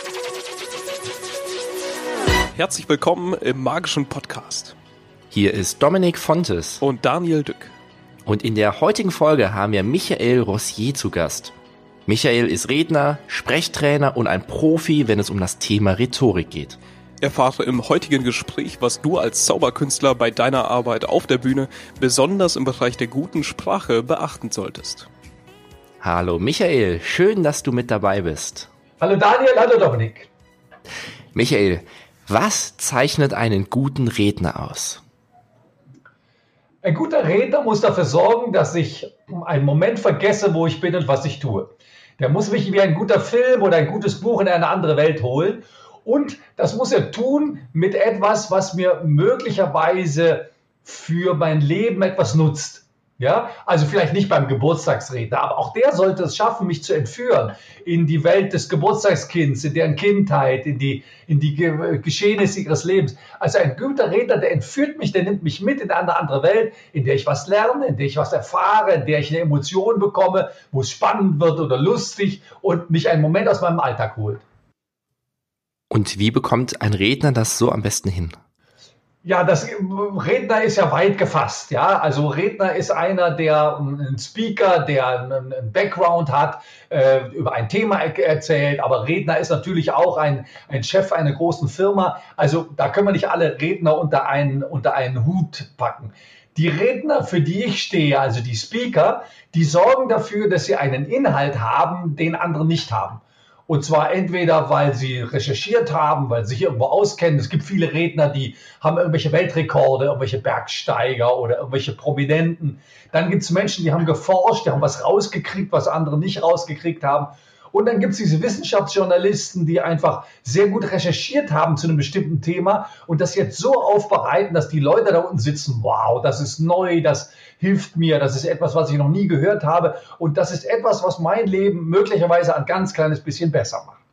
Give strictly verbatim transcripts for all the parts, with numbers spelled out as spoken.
Herzlich willkommen im magischen Podcast. Hier ist Dominik Fontes und Daniel Dück. Und in der heutigen Folge haben wir Michael Rossier zu Gast. Michael ist Redner, Sprechtrainer und ein Profi, wenn es um das Thema Rhetorik geht. Erfahre im heutigen Gespräch, was du als Zauberkünstler bei deiner Arbeit auf der Bühne besonders im Bereich der guten Sprache beachten solltest. Hallo Michael, schön, dass du mit dabei bist. Hallo Daniel, hallo Dominik. Michael, was zeichnet einen guten Redner aus? Ein guter Redner muss dafür sorgen, dass ich einen Moment vergesse, wo ich bin und was ich tue. Der muss mich wie ein guter Film oder ein gutes Buch in eine andere Welt holen. Und das muss er tun mit etwas, was mir möglicherweise für mein Leben etwas nutzt. Ja, also vielleicht nicht beim Geburtstagsredner, aber auch der sollte es schaffen, mich zu entführen in die Welt des Geburtstagskinds, in deren Kindheit, in die, in die Ge- Geschehnisse ihres Lebens. Also ein guter Redner, der entführt mich, der nimmt mich mit in eine andere Welt, in der ich was lerne, in der ich was erfahre, in der ich eine Emotion bekomme, wo es spannend wird oder lustig und mich einen Moment aus meinem Alltag holt. Und wie bekommt ein Redner das so am besten hin? Ja, das Redner ist ja weit gefasst, ja. Also Redner ist einer, der ein Speaker, der einen Background hat, äh, über ein Thema erzählt. Aber Redner ist natürlich auch ein, ein Chef einer großen Firma. Also da können wir nicht alle Redner unter einen, unter einen Hut packen. Die Redner, für die ich stehe, also die Speaker, die sorgen dafür, dass sie einen Inhalt haben, den andere nicht haben. Und zwar entweder, weil sie recherchiert haben, weil sie sich irgendwo auskennen. Es gibt viele Redner, die haben irgendwelche Weltrekorde, irgendwelche Bergsteiger oder irgendwelche Prominenten. Dann gibt es Menschen, die haben geforscht, die haben was rausgekriegt, was andere nicht rausgekriegt haben. Und dann gibt es diese Wissenschaftsjournalisten, die einfach sehr gut recherchiert haben zu einem bestimmten Thema und das jetzt so aufbereiten, dass die Leute da unten sitzen, wow, das ist neu, das hilft mir, das ist etwas, was ich noch nie gehört habe und das ist etwas, was mein Leben möglicherweise ein ganz kleines bisschen besser macht.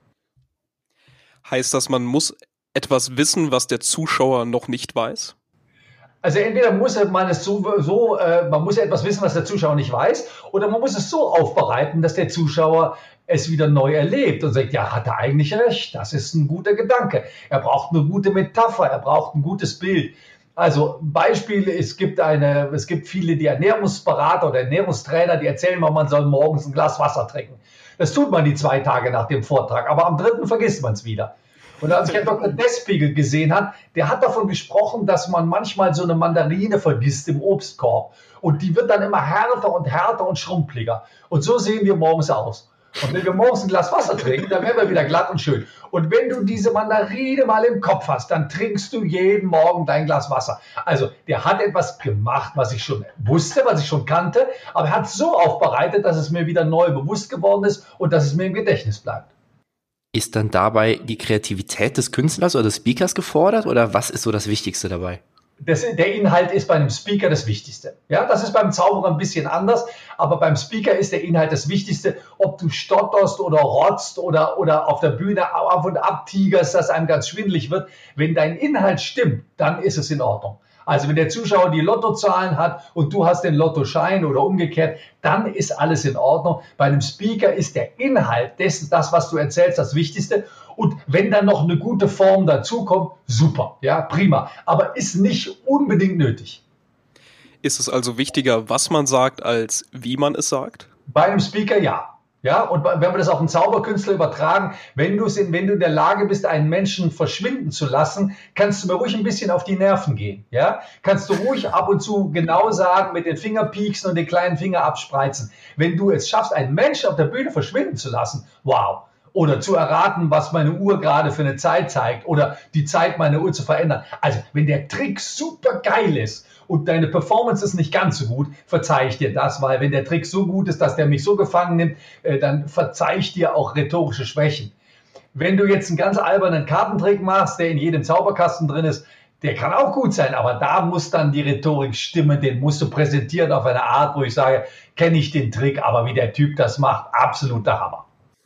Heißt das, man muss etwas wissen, was der Zuschauer noch nicht weiß? Also entweder muss man es so, so äh, man muss etwas wissen, was der Zuschauer nicht weiß, oder man muss es so aufbereiten, dass der Zuschauer es wieder neu erlebt und sagt, ja, hat er eigentlich recht, das ist ein guter Gedanke. Er braucht eine gute Metapher, er braucht ein gutes Bild. Also Beispiele, es gibt eine, es gibt viele, die Ernährungsberater oder Ernährungstrainer, die erzählen mal, man soll morgens ein Glas Wasser trinken. Das tut man die zwei Tage nach dem Vortrag, aber am dritten vergisst man es wieder. Und als ich Herrn Doktor Despiegel gesehen habe, der hat davon gesprochen, dass man manchmal so eine Mandarine vergisst im Obstkorb. Und die wird dann immer härter und härter und schrumpeliger. Und so sehen wir morgens aus. Und wenn wir morgens ein Glas Wasser trinken, dann werden wir wieder glatt und schön. Und wenn du diese Mandarine mal im Kopf hast, dann trinkst du jeden Morgen dein Glas Wasser. Also der hat etwas gemacht, was ich schon wusste, was ich schon kannte, aber er hat so aufbereitet, dass es mir wieder neu bewusst geworden ist und dass es mir im Gedächtnis bleibt. Ist dann dabei die Kreativität des Künstlers oder des Speakers gefordert oder was ist so das Wichtigste dabei? Das, der Inhalt ist bei einem Speaker das Wichtigste. Ja, das ist beim Zauberer ein bisschen anders, aber beim Speaker ist der Inhalt das Wichtigste. Ob du stotterst oder rotzt oder, oder auf der Bühne auf und ab tigerst, dass einem ganz schwindelig wird. Wenn dein Inhalt stimmt, dann ist es in Ordnung. Also wenn der Zuschauer die Lottozahlen hat und du hast den Lottoschein oder umgekehrt, dann ist alles in Ordnung. Bei einem Speaker ist der Inhalt dessen, das, was du erzählst, das Wichtigste. Und wenn dann noch eine gute Form dazukommt, super, ja, prima. Aber ist nicht unbedingt nötig. Ist es also wichtiger, was man sagt, als wie man es sagt? Bei einem Speaker ja. Ja, und wenn wir das auf einen Zauberkünstler übertragen, wenn du, wenn du in der Lage bist, einen Menschen verschwinden zu lassen, kannst du mir ruhig ein bisschen auf die Nerven gehen. Ja, kannst du ruhig ab und zu genau sagen, mit den Fingerpieksen und den kleinen Finger abspreizen. Wenn du es schaffst, einen Menschen auf der Bühne verschwinden zu lassen, wow. Oder zu erraten, was meine Uhr gerade für eine Zeit zeigt oder die Zeit meiner Uhr zu verändern. Also, wenn der Trick super geil ist und deine Performance ist nicht ganz so gut, verzeih ich dir das, weil wenn der Trick so gut ist, dass der mich so gefangen nimmt, äh, dann verzeih ich dir auch rhetorische Schwächen. Wenn du jetzt einen ganz albernen Kartentrick machst, der in jedem Zauberkasten drin ist, der kann auch gut sein, aber da muss dann die Rhetorik stimmen, den musst du präsentieren auf eine Art, wo ich sage, kenne ich den Trick, aber wie der Typ das macht, absoluter Hammer.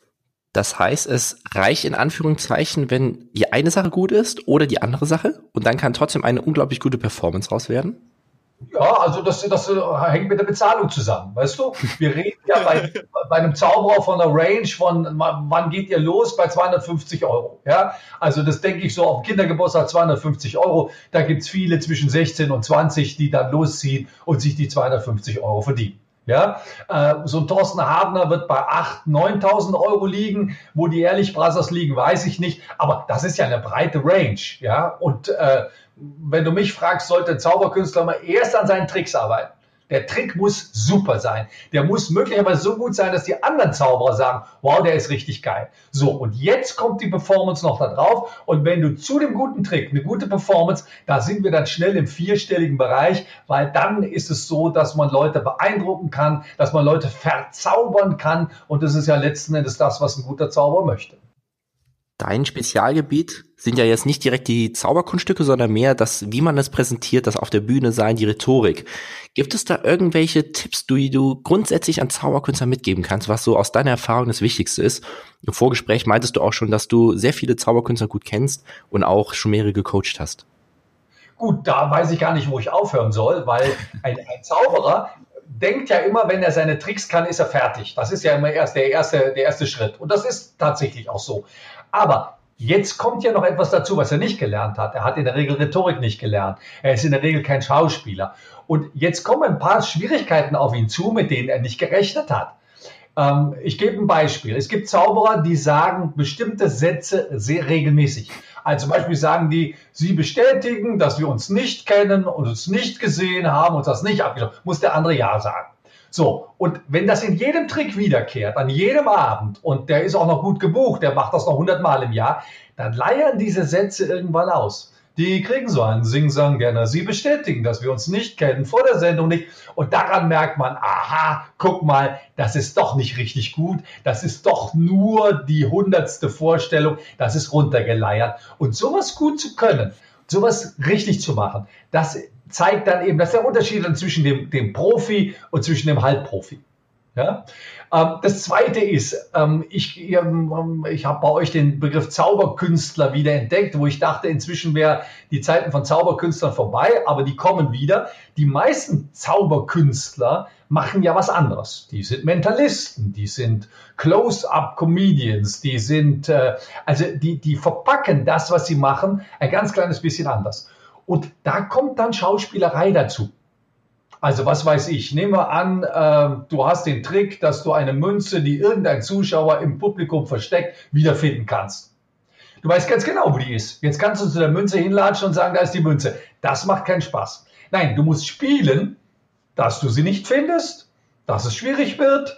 Das heißt, es reicht in Anführungszeichen, wenn die eine Sache gut ist oder die andere Sache und dann kann trotzdem eine unglaublich gute Performance raus werden? Ja, also das, das hängt mit der Bezahlung zusammen, weißt du? Wir reden ja bei, bei einem Zauberer von einer Range von, wann geht ihr los? Bei zweihundertfünfzig Euro. Ja, also das denke ich so auf dem Kindergeburtstag zweihundertfünfzig Euro. Da gibt's viele zwischen sechzehn und zwanzig, die dann losziehen und sich die zweihundertfünfzig Euro verdienen. Ja, äh, so ein Thorsten Habner wird bei achttausend, neuntausend Euro liegen. Wo die Ehrlich Brothers liegen, weiß ich nicht. Aber das ist ja eine breite Range. Ja, und äh, wenn du mich fragst, sollte ein Zauberkünstler mal erst an seinen Tricks arbeiten. Der Trick muss super sein. Der muss möglicherweise so gut sein, dass die anderen Zauberer sagen, wow, der ist richtig geil. So, und jetzt kommt die Performance noch da drauf. Und wenn du zu dem guten Trick, eine gute Performance, da sind wir dann schnell im vierstelligen Bereich, weil dann ist es so, dass man Leute beeindrucken kann, dass man Leute verzaubern kann. Und das ist ja letzten Endes das, was ein guter Zauberer möchte. Dein Spezialgebiet sind ja jetzt nicht direkt die Zauberkunststücke, sondern mehr das, wie man es präsentiert, das auf der Bühne sein, die Rhetorik. Gibt es da irgendwelche Tipps, die du grundsätzlich an Zauberkünstlern mitgeben kannst, was so aus deiner Erfahrung das Wichtigste ist? Im Vorgespräch meintest du auch schon, dass du sehr viele Zauberkünstler gut kennst und auch schon mehrere gecoacht hast. Gut, da weiß ich gar nicht, wo ich aufhören soll, weil ein, ein Zauberer denkt ja immer, wenn er seine Tricks kann, ist er fertig. Das ist ja immer erst der erste, der erste Schritt. Und das ist tatsächlich auch so. Aber jetzt kommt ja noch etwas dazu, was er nicht gelernt hat. Er hat in der Regel Rhetorik nicht gelernt. Er ist in der Regel kein Schauspieler. Und jetzt kommen ein paar Schwierigkeiten auf ihn zu, mit denen er nicht gerechnet hat. Ähm, ich gebe ein Beispiel. Es gibt Zauberer, die sagen bestimmte Sätze sehr regelmäßig. Also zum Beispiel sagen die, sie bestätigen, dass wir uns nicht kennen und uns nicht gesehen haben, uns das nicht abgeschaut. Muss der andere ja sagen. So, und wenn das in jedem Trick wiederkehrt, an jedem Abend, und der ist auch noch gut gebucht, der macht das noch hundert Mal im Jahr, dann leiern diese Sätze irgendwann aus. Die kriegen so einen Sing-Sang gerne. Sie bestätigen, dass wir uns nicht kennen, vor der Sendung nicht. Und daran merkt man, aha, guck mal, das ist doch nicht richtig gut. Das ist doch nur die hundertste Vorstellung. Das ist runtergeleiert. Und sowas gut zu können, sowas richtig zu machen, das zeigt dann eben, das ist der Unterschied zwischen dem, dem Profi und zwischen dem Halbprofi. Ja? Ähm, das Zweite ist, ähm, ich, ähm, ich habe bei euch den Begriff Zauberkünstler wieder entdeckt, wo ich dachte, inzwischen wäre die Zeiten von Zauberkünstlern vorbei, aber die kommen wieder. Die meisten Zauberkünstler machen ja was anderes. Die sind Mentalisten, die sind Close-up-Comedians, die sind, äh, also die, die verpacken das, was sie machen, ein ganz kleines bisschen anders. Und da kommt dann Schauspielerei dazu. Also was weiß ich, nehmen wir an, äh, du hast den Trick, dass du eine Münze, die irgendein Zuschauer im Publikum versteckt, wiederfinden kannst. Du weißt ganz genau, wo die ist. Jetzt kannst du zu der Münze hinlatschen und sagen, da ist die Münze. Das macht keinen Spaß. Nein, du musst spielen, dass du sie nicht findest, dass es schwierig wird.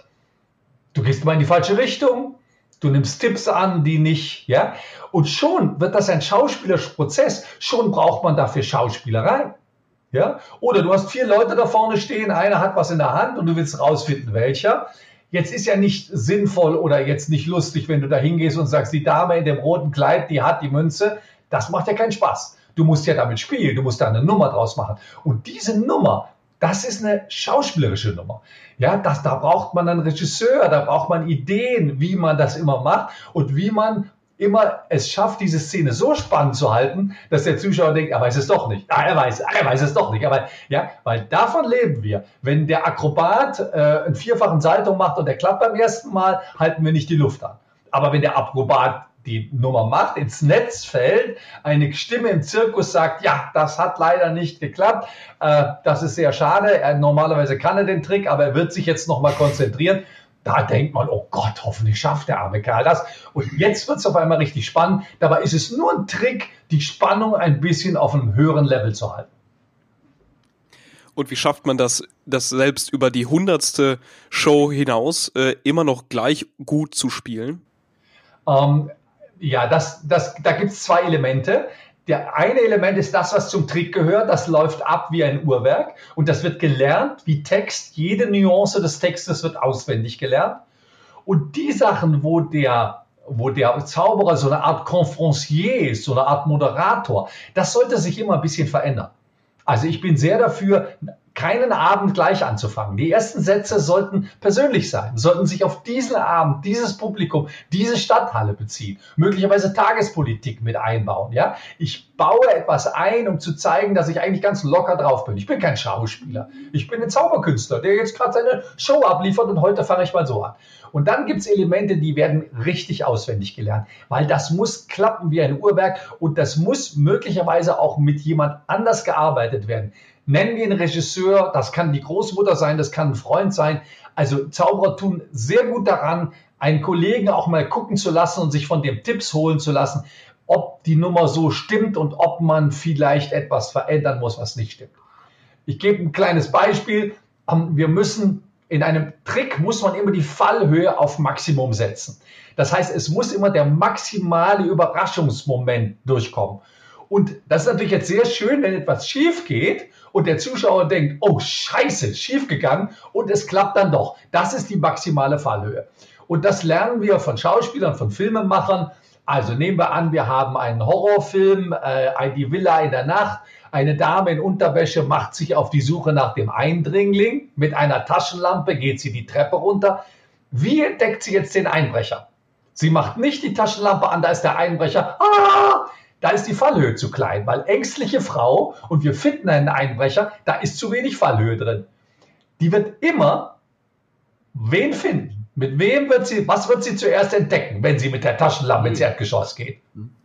Du gehst mal in die falsche Richtung. Du nimmst Tipps an, die nicht, ja. Und schon wird das ein schauspielerischer Prozess. Schon braucht man dafür Schauspielerei. Ja? Oder du hast vier Leute da vorne stehen, einer hat was in der Hand und du willst rausfinden, welcher. Jetzt ist ja nicht sinnvoll oder jetzt nicht lustig, wenn du da hingehst und sagst, die Dame in dem roten Kleid, die hat die Münze. Das macht ja keinen Spaß. Du musst ja damit spielen, du musst da eine Nummer draus machen. Und diese Nummer, das ist eine schauspielerische Nummer. Ja, das, da braucht man einen Regisseur, da braucht man Ideen, wie man das immer macht und wie man immer es schafft, diese Szene so spannend zu halten, dass der Zuschauer denkt, er weiß es doch nicht. Ah, er weiß, er weiß es doch nicht. Aber ja, weil davon leben wir. Wenn der Akrobat äh, einen vierfachen Salto macht und der klappt beim ersten Mal, halten wir nicht die Luft an. Aber wenn der Akrobat die Nummer macht, ins Netz fällt, eine Stimme im Zirkus sagt, ja, das hat leider nicht geklappt, äh, das ist sehr schade, er, normalerweise kann er den Trick, aber er wird sich jetzt nochmal konzentrieren. Da denkt man, oh Gott, hoffentlich schafft der arme Kerl das. Und jetzt wird es auf einmal richtig spannend. Dabei ist es nur ein Trick, die Spannung ein bisschen auf einem höheren Level zu halten. Und wie schafft man das, das selbst über die hundertste Show hinaus äh, immer noch gleich gut zu spielen? Ähm, ja, das, das, da gibt es zwei Elemente. Der eine Element ist das, was zum Trick gehört. Das läuft ab wie ein Uhrwerk und das wird gelernt wie Text. Jede Nuance des Textes wird auswendig gelernt. Und die Sachen, wo der, wo der Zauberer so eine Art Conférencier ist, so eine Art Moderator, das sollte sich immer ein bisschen verändern. Also ich bin sehr dafür, keinen Abend gleich anzufangen. Die ersten Sätze sollten persönlich sein, sollten sich auf diesen Abend, dieses Publikum, diese Stadthalle beziehen, möglicherweise Tagespolitik mit einbauen. Ja? Ich baue etwas ein, um zu zeigen, dass ich eigentlich ganz locker drauf bin. Ich bin kein Schauspieler, ich bin ein Zauberkünstler, der jetzt gerade seine Show abliefert und heute fange ich mal so an. Und dann gibt es Elemente, die werden richtig auswendig gelernt, weil das muss klappen wie ein Uhrwerk und das muss möglicherweise auch mit jemand anders gearbeitet werden. Nennen wir einen Regisseur, das kann die Großmutter sein, das kann ein Freund sein. Also Zauberer tun sehr gut daran, einen Kollegen auch mal gucken zu lassen und sich von dem Tipps holen zu lassen, ob die Nummer so stimmt und ob man vielleicht etwas verändern muss, was nicht stimmt. Ich gebe ein kleines Beispiel. Wir müssen in einem Trick muss man immer die Fallhöhe auf Maximum setzen. Das heißt, es muss immer der maximale Überraschungsmoment durchkommen. Und das ist natürlich jetzt sehr schön, wenn etwas schief geht und der Zuschauer denkt, oh Scheiße, schief gegangen und es klappt dann doch. Das ist die maximale Fallhöhe. Und das lernen wir von Schauspielern, von Filmemachern. Also nehmen wir an, wir haben einen Horrorfilm, äh, die Villa in der Nacht. Eine Dame in Unterwäsche macht sich auf die Suche nach dem Eindringling. Mit einer Taschenlampe geht sie die Treppe runter. Wie entdeckt sie jetzt den Einbrecher? Sie macht nicht die Taschenlampe an, da ist der Einbrecher. Ah! Da ist die Fallhöhe zu klein, weil ängstliche Frau und wir finden einen Einbrecher, da ist zu wenig Fallhöhe drin. Die wird immer wen finden? Mit wem wird sie, was wird sie zuerst entdecken, wenn sie mit der Taschenlampe ins Erdgeschoss geht?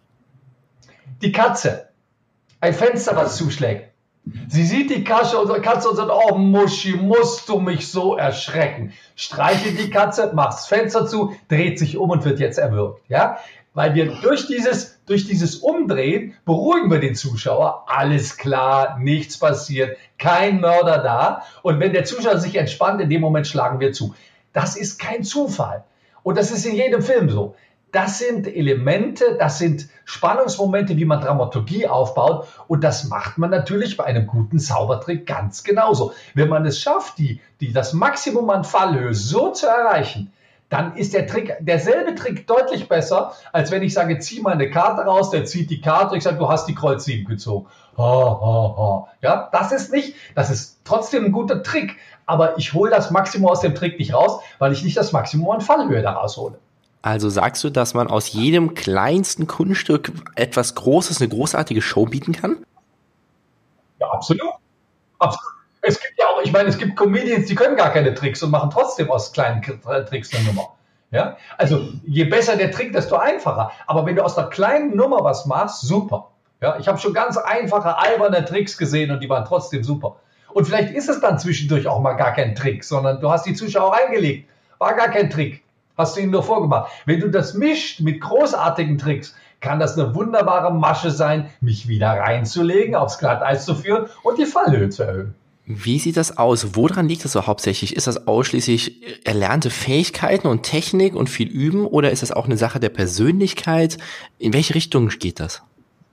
Die Katze. Ein Fenster, was zuschlägt. Sie sieht die Katze und sagt, oh Muschi, musst du mich so erschrecken. Streichelt die Katze, macht das Fenster zu, dreht sich um und wird jetzt erwürgt. Ja? Weil wir durch dieses, durch dieses Umdrehen beruhigen wir den Zuschauer. Alles klar, nichts passiert, kein Mörder da. Und wenn der Zuschauer sich entspannt, in dem Moment schlagen wir zu. Das ist kein Zufall. Und das ist in jedem Film so. Das sind Elemente, das sind Spannungsmomente, wie man Dramaturgie aufbaut. Und das macht man natürlich bei einem guten Zaubertrick ganz genauso. Wenn man es schafft, die, die, das Maximum an Fallhöhe so zu erreichen, dann ist der Trick, derselbe Trick deutlich besser, als wenn ich sage, zieh mal eine Karte raus, der zieht die Karte, ich sage, du hast die Kreuz sieben gezogen. Ha, ha, ha. Ja, das ist nicht, das ist trotzdem ein guter Trick, aber ich hole das Maximum aus dem Trick nicht raus, weil ich nicht das Maximum an Fallhöhe daraus hole. Also sagst du, dass man aus jedem kleinsten Kunststück etwas Großes, eine großartige Show bieten kann? Ja, absolut. Absolut. Es gibt ja auch, ich meine, es gibt Comedians, die können gar keine Tricks und machen trotzdem aus kleinen Tricks eine Nummer. Ja? Also je besser der Trick, desto einfacher. Aber wenn du aus einer kleinen Nummer was machst, super. Ja? Ich habe schon ganz einfache, alberne Tricks gesehen und die waren trotzdem super. Und vielleicht ist es dann zwischendurch auch mal gar kein Trick, sondern du hast die Zuschauer reingelegt. War gar kein Trick. Hast du ihnen nur vorgemacht. Wenn du das mischt mit großartigen Tricks, kann das eine wunderbare Masche sein, mich wieder reinzulegen, aufs Glatteis zu führen und die Fallhöhe zu erhöhen. Wie sieht das aus? Woran liegt das so hauptsächlich? Ist das ausschließlich erlernte Fähigkeiten und Technik und viel Üben oder ist das auch eine Sache der Persönlichkeit? In welche Richtung geht das?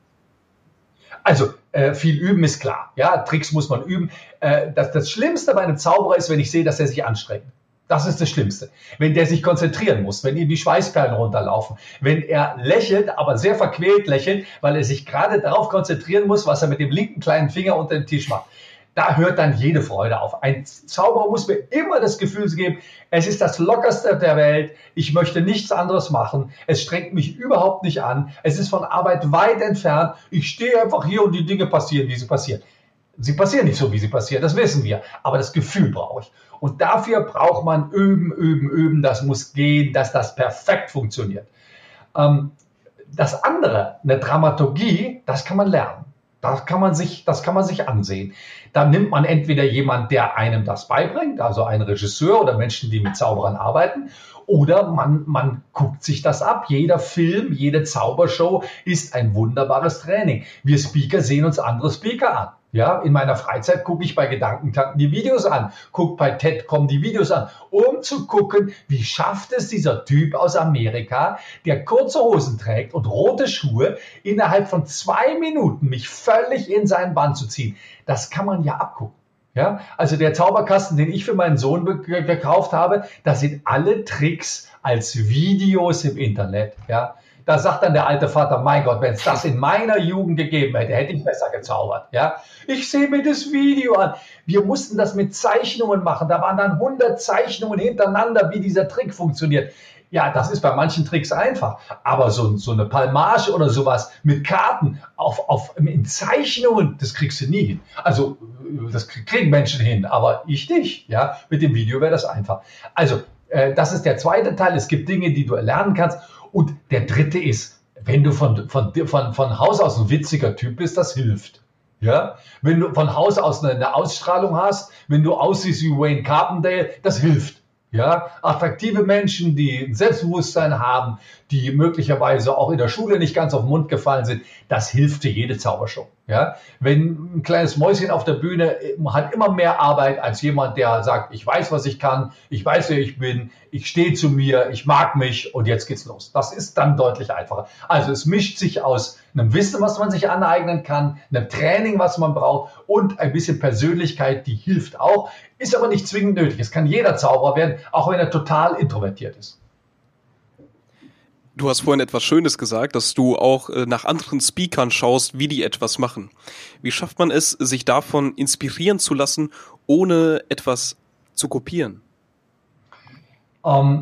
Also äh, viel üben ist klar. Ja, Tricks muss man üben. Äh, das, das Schlimmste bei einem Zauberer ist, wenn ich sehe, dass er sich anstrengt. Das ist das Schlimmste. Wenn der sich konzentrieren muss, wenn ihm die Schweißperlen runterlaufen, wenn er lächelt, aber sehr verquält lächelt, weil er sich gerade darauf konzentrieren muss, was er mit dem linken kleinen Finger unter dem Tisch macht. Da hört dann jede Freude auf. Ein Zauberer muss mir immer das Gefühl geben, es ist das Lockerste der Welt, ich möchte nichts anderes machen, es strengt mich überhaupt nicht an, es ist von Arbeit weit entfernt, ich stehe einfach hier und die Dinge passieren, wie sie passieren. Sie passieren nicht so, wie sie passieren, das wissen wir, aber das Gefühl brauche ich. Und dafür braucht man üben, üben, üben, das muss gehen, dass das perfekt funktioniert. Ähm, das andere, eine Dramaturgie, das kann man lernen. Das kann man sich, das kann man sich ansehen. Da nimmt man entweder jemand, der einem das beibringt, also ein Regisseur oder Menschen, die mit Zauberern arbeiten, oder man, man guckt sich das ab. Jeder Film, jede Zaubershow ist ein wunderbares Training. Wir Speaker sehen uns andere Speaker an. Ja, in meiner Freizeit gucke ich bei Gedankentanken die Videos an, gucke bei TED.com die Videos an, um zu gucken, wie schafft es dieser Typ aus Amerika, der kurze Hosen trägt und rote Schuhe, innerhalb von zwei Minuten mich völlig in seinen Bann zu ziehen. Das kann man ja abgucken. Ja, also der Zauberkasten, den ich für meinen Sohn ge- gekauft habe, da sind alle Tricks als Videos im Internet. Ja, da sagt dann der alte Vater, mein Gott, wenn es das in meiner Jugend gegeben hätte, hätte ich besser gezaubert. Ja? Ich sehe mir das Video an. Wir mussten das mit Zeichnungen machen. Da waren dann hundert Zeichnungen hintereinander, wie dieser Trick funktioniert. Ja, das ist bei manchen Tricks einfach. Aber so, so eine Palmage oder sowas mit Karten auf, auf, in Zeichnungen, das kriegst du nie hin. Also, das kriegen Menschen hin, aber ich nicht. Ja, mit dem Video wäre das einfach. Also, äh, das ist der zweite Teil. Es gibt Dinge, die du erlernen kannst. Und der dritte ist, wenn du von, von, von, von Haus aus ein witziger Typ bist, das hilft. Ja, wenn du von Haus aus eine, eine Ausstrahlung hast, wenn du aussiehst wie Wayne Carpendale, das hilft. Ja, attraktive Menschen, die ein Selbstbewusstsein haben, die möglicherweise auch in der Schule nicht ganz auf den Mund gefallen sind, das hilft für jede Zaubershow. Ja, wenn ein kleines Mäuschen auf der Bühne hat immer mehr Arbeit als jemand, der sagt, ich weiß, was ich kann, ich weiß, wer ich bin, ich stehe zu mir, ich mag mich und jetzt geht's los. Das ist dann deutlich einfacher. Also es mischt sich aus einem Wissen, was man sich aneignen kann, einem Training, was man braucht und ein bisschen Persönlichkeit, die hilft auch, ist aber nicht zwingend nötig. Es kann jeder Zauberer werden, auch wenn er total introvertiert ist. Du hast vorhin etwas Schönes gesagt, dass du auch äh, nach anderen Speakern schaust, wie die etwas machen. Wie schafft man es, sich davon inspirieren zu lassen, ohne etwas zu kopieren? Ähm,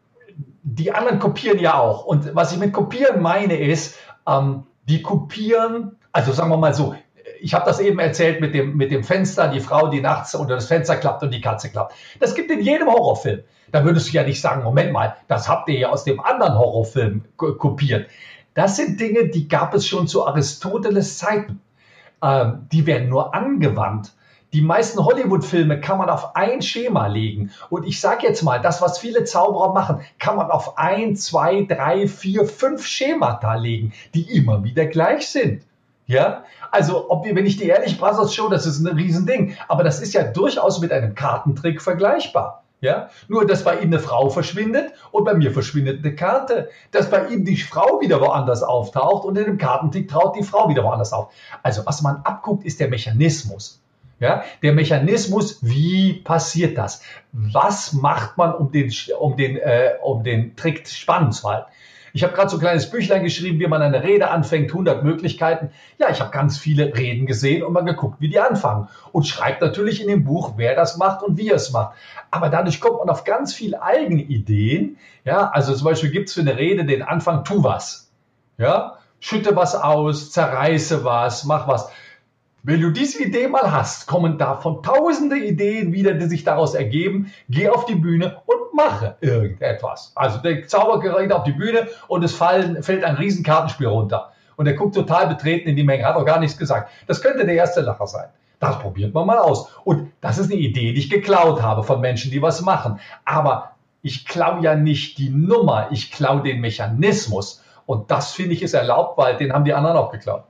die anderen kopieren ja auch. Und was ich mit kopieren meine ist, ähm, die kopieren, also sagen wir mal so, ich habe das eben erzählt mit dem, mit dem Fenster, die Frau, die nachts unter das Fenster klappt und die Katze klappt. Das gibt in jedem Horrorfilm. Da würdest du ja nicht sagen, Moment mal, das habt ihr ja aus dem anderen Horrorfilm kopiert. Das sind Dinge, die gab es schon zu Aristoteles Zeiten. Ähm, die werden nur angewandt. Die meisten Hollywood-Filme kann man auf ein Schema legen. Und ich sage jetzt mal, das, was viele Zauberer machen, kann man auf ein, zwei, drei, vier, fünf Schemata legen, die immer wieder gleich sind. Ja, also ob, wenn ich die Ehrlich Brothers Show, das ist ein Riesending, aber das ist ja durchaus mit einem Kartentrick vergleichbar. Ja, nur dass bei ihm eine Frau verschwindet und bei mir verschwindet eine Karte, dass bei ihm die Frau wieder woanders auftaucht und in dem Kartentrick taucht die Frau wieder woanders auf. Also was man abguckt, ist der Mechanismus. Ja, der Mechanismus, wie passiert das? Was macht man, um den, um den, äh, um den Trick spannend zu halten? Ich habe gerade so ein kleines Büchlein geschrieben, wie man eine Rede anfängt, hundert Möglichkeiten. Ja, ich habe ganz viele Reden gesehen und mal geguckt, wie die anfangen. Und schreibt natürlich in dem Buch, wer das macht und wie er es macht. Aber dadurch kommt man auf ganz viele eigene Ideen. Ja, also zum Beispiel gibt es für eine Rede den Anfang, tu was. Ja, schütte was aus, zerreiße was, mach was. Wenn du diese Idee mal hast, kommen davon tausende Ideen wieder, die sich daraus ergeben. Geh auf die Bühne und mache irgendetwas. Also der Zauberer gerät auf die Bühne und es fallen, fällt ein Riesenkartenspiel runter. Und er guckt total betreten in die Menge, hat auch gar nichts gesagt. Das könnte der erste Lacher sein. Das probiert man mal aus. Und das ist eine Idee, die ich geklaut habe von Menschen, die was machen. Aber ich klaue ja nicht die Nummer, ich klaue den Mechanismus. Und das, finde ich, ist erlaubt, weil den haben die anderen auch geklaut.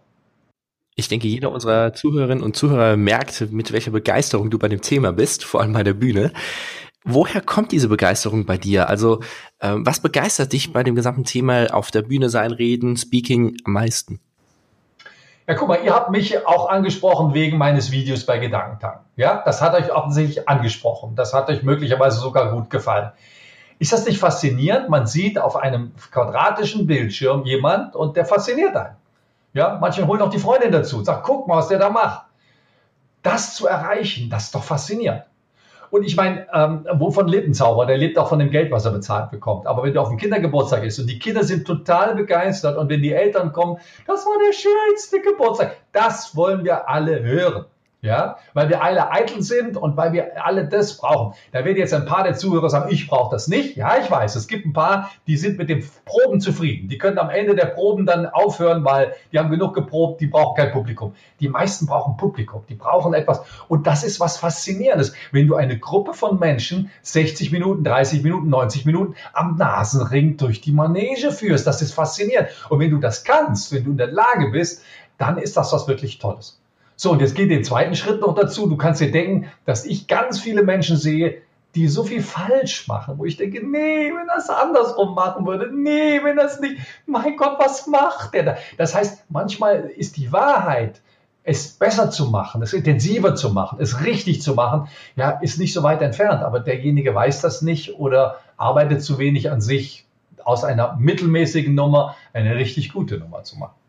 Ich denke, jeder unserer Zuhörerinnen und Zuhörer merkt, mit welcher Begeisterung du bei dem Thema bist, vor allem bei der Bühne. Woher kommt diese Begeisterung bei dir? Also, ähm, was begeistert dich bei dem gesamten Thema auf der Bühne sein, Reden, Speaking am meisten? Ja, guck mal, ihr habt mich auch angesprochen wegen meines Videos bei Gedankentanken. Ja, das hat euch offensichtlich angesprochen. Das hat euch möglicherweise sogar gut gefallen. Ist das nicht faszinierend? Man sieht auf einem quadratischen Bildschirm jemand und der fasziniert einen. Ja, manche holen auch die Freundin dazu und sagen, guck mal, was der da macht. Das zu erreichen, das ist doch faszinierend. Und ich meine, ähm, wovon lebt ein Zauberer? Der lebt auch von dem Geld, was er bezahlt bekommt. Aber wenn du auf dem Kindergeburtstag bist und die Kinder sind total begeistert und wenn die Eltern kommen, das war der schönste Geburtstag, das wollen wir alle hören. Ja, weil wir alle eitel sind und weil wir alle das brauchen. Da werden jetzt ein paar der Zuhörer sagen, ich brauche das nicht. Ja, ich weiß, es gibt ein paar, die sind mit den Proben zufrieden. Die können am Ende der Proben dann aufhören, weil die haben genug geprobt, die brauchen kein Publikum. Die meisten brauchen Publikum, die brauchen etwas. Und das ist was Faszinierendes. Wenn du eine Gruppe von Menschen sechzig Minuten, dreißig Minuten, neunzig Minuten am Nasenring durch die Manege führst, das ist faszinierend. Und wenn du das kannst, wenn du in der Lage bist, dann ist das was wirklich Tolles. So, und jetzt geht den zweiten Schritt noch dazu. Du kannst dir denken, dass ich ganz viele Menschen sehe, die so viel falsch machen, wo ich denke, nee, wenn das andersrum machen würde, nee, wenn das nicht, mein Gott, was macht der da? Das heißt, manchmal ist die Wahrheit, es besser zu machen, es intensiver zu machen, es richtig zu machen, ja, ist nicht so weit entfernt, aber derjenige weiß das nicht oder arbeitet zu wenig an sich. aus einer mittelmäßigen Nummer eine richtig gute Nummer zu machen.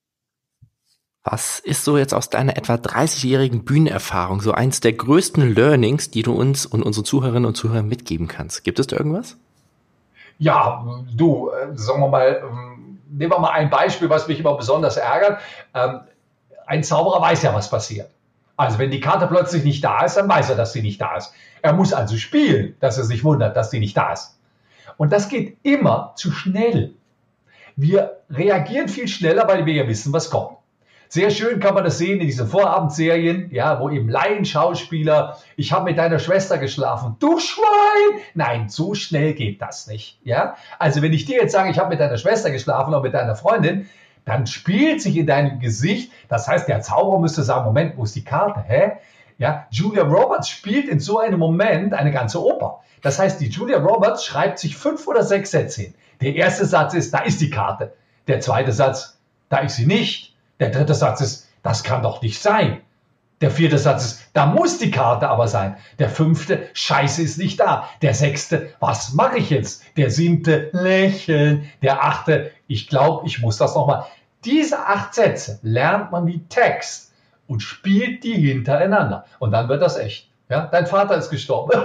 Was ist so jetzt aus deiner etwa dreißigjährigen Bühnenerfahrung so eins der größten Learnings, die du uns und unseren Zuhörerinnen und Zuhörern mitgeben kannst? Gibt es da irgendwas? Ja, du, sagen wir mal, nehmen wir mal ein Beispiel, was mich immer besonders ärgert. Ein Zauberer weiß ja, was passiert. Also wenn die Karte plötzlich nicht da ist, dann weiß er, dass sie nicht da ist. Er muss also spielen, dass er sich wundert, dass sie nicht da ist. Und das geht immer zu schnell. Wir reagieren viel schneller, weil wir ja wissen, was kommt. Sehr schön kann man das sehen in diesen Vorabendserien, ja, wo eben Laienschauspieler, ich habe mit deiner Schwester geschlafen, du Schwein! Nein, so schnell geht das nicht, ja. Also wenn ich dir jetzt sage, ich habe mit deiner Schwester geschlafen oder mit deiner Freundin, dann spielt sich in deinem Gesicht, das heißt, der Zauberer müsste sagen, Moment, wo ist die Karte, hä? Ja, Julia Roberts spielt in so einem Moment eine ganze Oper. Das heißt, die Julia Roberts schreibt sich fünf oder sechs Sätze hin. Der erste Satz ist, da ist die Karte. Der zweite Satz, da ist sie nicht. Der dritte Satz ist, das kann doch nicht sein. Der vierte Satz ist, da muss die Karte aber sein. Der fünfte, Scheiße ist nicht da. Der sechste, was mache ich jetzt? Der siebte, lächeln. Der achte, ich glaube, ich muss das nochmal. Diese acht Sätze lernt man wie Text und spielt die hintereinander. Und dann wird das echt. Ja, dein Vater ist gestorben.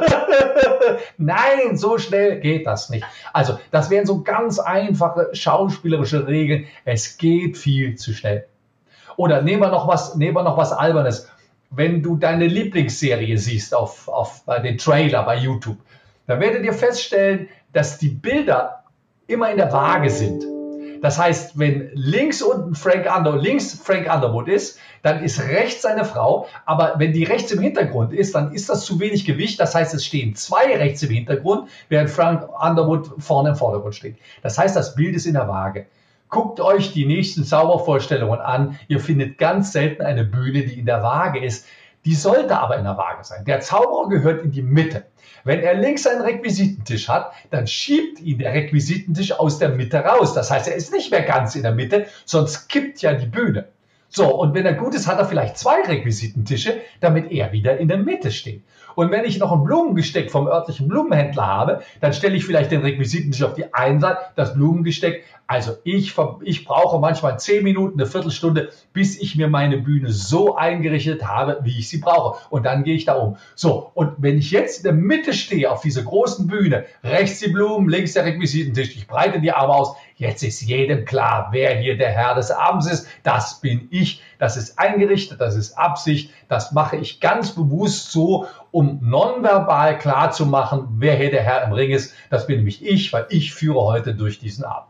Nein, so schnell geht das nicht. Also, das wären so ganz einfache schauspielerische Regeln. Es geht viel zu schnell. Oder nehmen wir noch was, nehmen wir noch was Albernes. Wenn du deine Lieblingsserie siehst auf, auf bei den Trailer bei YouTube, dann werdet ihr feststellen, dass die Bilder immer in der Waage sind. Das heißt, wenn links unten Frank Underwood, links Frank Underwood ist, dann ist rechts seine Frau. Aber wenn die rechts im Hintergrund ist, dann ist das zu wenig Gewicht. Das heißt, es stehen zwei rechts im Hintergrund, während Frank Underwood vorne im Vordergrund steht. Das heißt, das Bild ist in der Waage. Guckt euch die nächsten Zaubervorstellungen an. Ihr findet ganz selten eine Bühne, die in der Waage ist. Die sollte aber in der Waage sein. Der Zauberer gehört in die Mitte. Wenn er links einen Requisitentisch hat, dann schiebt ihn der Requisitentisch aus der Mitte raus. Das heißt, er ist nicht mehr ganz in der Mitte, sonst kippt ja die Bühne. So, und wenn er gut ist, hat er vielleicht zwei Requisitentische, damit er wieder in der Mitte steht. Und wenn ich noch ein Blumengesteck vom örtlichen Blumenhändler habe, dann stelle ich vielleicht den Requisitentisch auf die eine Seite, das Blumengesteck. Also ich, ich brauche manchmal zehn Minuten, eine Viertelstunde, bis ich mir meine Bühne so eingerichtet habe, wie ich sie brauche. Und dann gehe ich da um. So, und wenn ich jetzt in der Mitte stehe, auf dieser großen Bühne, rechts die Blumen, links der Requisitentisch, ich breite die Arme aus, jetzt ist jedem klar, wer hier der Herr des Abends ist. Das bin ich. Das ist eingerichtet, das ist Absicht. Das mache ich ganz bewusst so, um nonverbal klar zu machen, wer hier der Herr im Ring ist. Das bin nämlich ich, weil ich führe heute durch diesen Abend.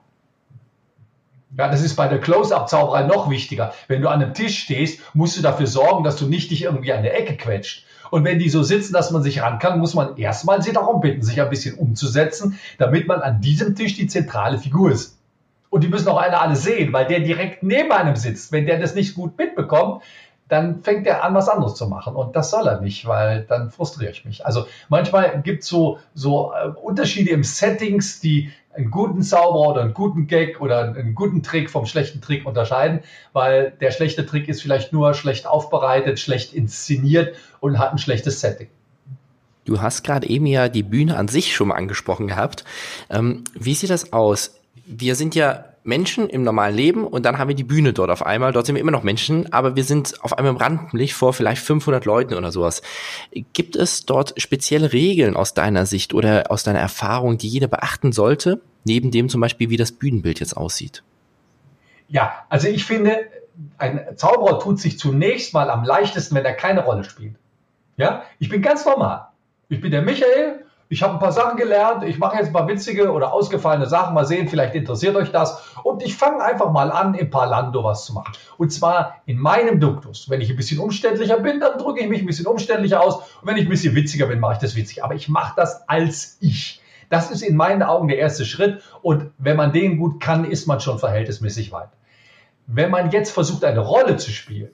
Ja, das ist bei der Close-Up-Zauberei noch wichtiger. Wenn du an einem Tisch stehst, musst du dafür sorgen, dass du nicht dich irgendwie an der Ecke quetscht. Und wenn die so sitzen, dass man sich ran kann, muss man erstmal sie darum bitten, sich ein bisschen umzusetzen, damit man an diesem Tisch die zentrale Figur ist. Und die müssen auch alle alle sehen, weil der direkt neben einem sitzt. Wenn der das nicht gut mitbekommt, dann fängt er an, was anderes zu machen. Und das soll er nicht, weil dann frustriere ich mich. Also manchmal gibt es so, so äh, Unterschiede im Settings, die einen guten Zauber oder einen guten Gag oder einen guten Trick vom schlechten Trick unterscheiden, weil der schlechte Trick ist vielleicht nur schlecht aufbereitet, schlecht inszeniert und hat ein schlechtes Setting. Du hast gerade eben ja die Bühne an sich schon mal angesprochen gehabt. Ähm, wie sieht das aus? Wir sind ja Menschen im normalen Leben und dann haben wir die Bühne dort auf einmal. Dort sind wir immer noch Menschen, aber wir sind auf einmal im Rampenlicht vor vielleicht fünfhundert Leuten oder sowas. Gibt es dort spezielle Regeln aus deiner Sicht oder aus deiner Erfahrung, die jeder beachten sollte, neben dem zum Beispiel, wie das Bühnenbild jetzt aussieht? Ja, also ich finde, ein Zauberer tut sich zunächst mal am leichtesten, wenn er keine Rolle spielt. Ja, ich bin ganz normal. Ich bin der Michael. Ich habe ein paar Sachen gelernt, ich mache jetzt ein paar witzige oder ausgefallene Sachen, mal sehen, vielleicht interessiert euch das. Und ich fange einfach mal an, im Parlando was zu machen. Und zwar in meinem Duktus. Wenn ich ein bisschen umständlicher bin, dann drücke ich mich ein bisschen umständlicher aus. Und wenn ich ein bisschen witziger bin, mache ich das witzig. Aber ich mache das als ich. Das ist in meinen Augen der erste Schritt. Und wenn man den gut kann, ist man schon verhältnismäßig weit. Wenn man jetzt versucht, eine Rolle zu spielen,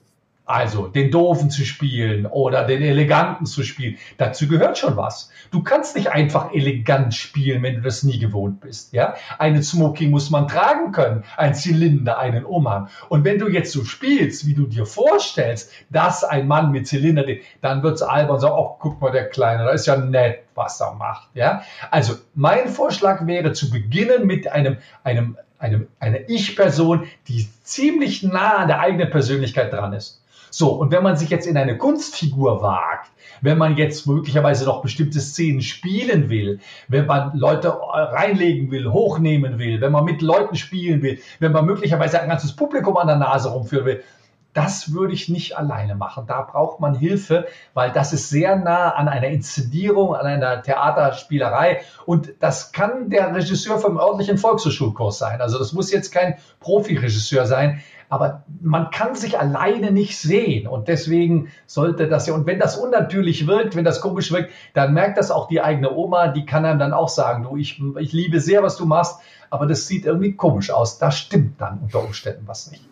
Also den Doofen zu spielen oder den Eleganten zu spielen, dazu gehört schon was. Du kannst nicht einfach elegant spielen, wenn du das nie gewohnt bist. Ja? Einen Smoking muss man tragen können, ein Zylinder, einen Umhang. Und wenn du jetzt so spielst, wie du dir vorstellst, dass ein Mann mit Zylinder, dann wird's albern und sagen, oh, guck mal, der Kleine, das ist ja nett, was er macht. Ja? Also mein Vorschlag wäre zu beginnen mit einem, einem, einem, einer Ich-Person, die ziemlich nah an der eigenen Persönlichkeit dran ist. So, und wenn man sich jetzt in eine Kunstfigur wagt, wenn man jetzt möglicherweise noch bestimmte Szenen spielen will, wenn man Leute reinlegen will, hochnehmen will, wenn man mit Leuten spielen will, wenn man möglicherweise ein ganzes Publikum an der Nase rumführen will, das würde ich nicht alleine machen. Da braucht man Hilfe, weil das ist sehr nah an einer Inszenierung, an einer Theaterspielerei. Und das kann der Regisseur vom örtlichen Volkshochschulkurs sein. Also das muss jetzt kein Profiregisseur sein. Aber man kann sich alleine nicht sehen und deswegen sollte das ja, und wenn das unnatürlich wirkt, wenn das komisch wirkt, dann merkt das auch die eigene Oma, die kann einem dann auch sagen, du, ich, ich liebe sehr, was du machst, aber das sieht irgendwie komisch aus, da stimmt dann unter Umständen was nicht.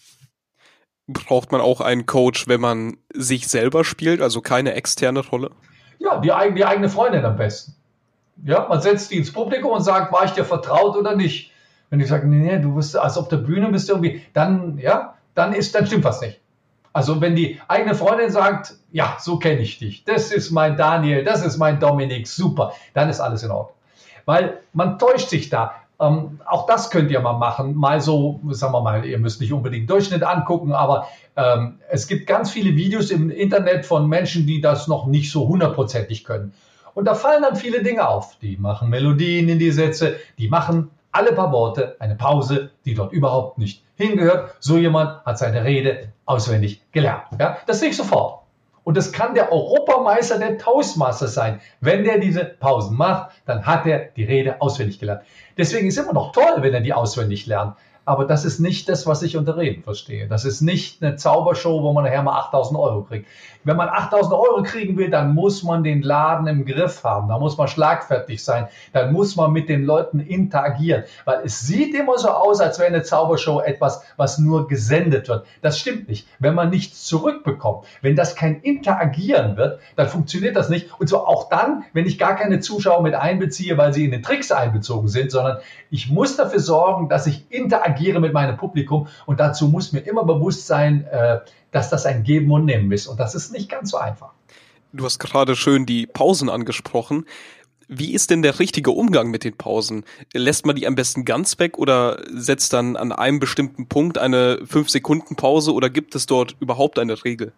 Braucht man auch einen Coach, wenn man sich selber spielt, also keine externe Rolle? Ja, die, die eigene Freundin am besten. Ja, man setzt die ins Publikum und sagt, war ich dir vertraut oder nicht? Wenn ich sage, nee, du bist, als auf der Bühne bist du irgendwie, dann, ja, dann ist, dann stimmt was nicht. Also wenn die eigene Freundin sagt, ja, so kenne ich dich, das ist mein Daniel, das ist mein Dominik, super, dann ist alles in Ordnung. Weil man täuscht sich da. Ähm, auch das könnt ihr mal machen, mal so, sagen wir mal, ihr müsst nicht unbedingt Durchschnitt angucken, aber ähm, es gibt ganz viele Videos im Internet von Menschen, die das noch nicht so hundertprozentig können. Und da fallen dann viele Dinge auf. Die machen Melodien in die Sätze, die machen alle paar Worte eine Pause, die dort überhaupt nicht hingehört. So jemand hat seine Rede auswendig gelernt. Ja, das sehe ich sofort. Und das kann der Europameister der Toastmaster sein. Wenn der diese Pausen macht, dann hat er die Rede auswendig gelernt. Deswegen ist es immer noch toll, wenn er die auswendig lernt. Aber das ist nicht das, was ich unter Reden verstehe. Das ist nicht eine Zaubershow, wo man nachher mal achttausend Euro kriegt. Wenn man achttausend Euro kriegen will, dann muss man den Laden im Griff haben. Da muss man schlagfertig sein. Dann muss man mit den Leuten interagieren. Weil es sieht immer so aus, als wäre eine Zaubershow etwas, was nur gesendet wird. Das stimmt nicht. Wenn man nichts zurückbekommt, wenn das kein Interagieren wird, dann funktioniert das nicht. Und zwar auch dann, wenn ich gar keine Zuschauer mit einbeziehe, weil sie in den Tricks einbezogen sind, sondern ich muss dafür sorgen, dass ich interagiere mit meinem Publikum und dazu muss mir immer bewusst sein, dass das ein Geben und Nehmen ist und das ist nicht ganz so einfach. Du hast gerade schön die Pausen angesprochen. Wie ist denn der richtige Umgang mit den Pausen? Lässt man die am besten ganz weg oder setzt dann an einem bestimmten Punkt eine fünf Sekunden Pause oder gibt es dort überhaupt eine Regel?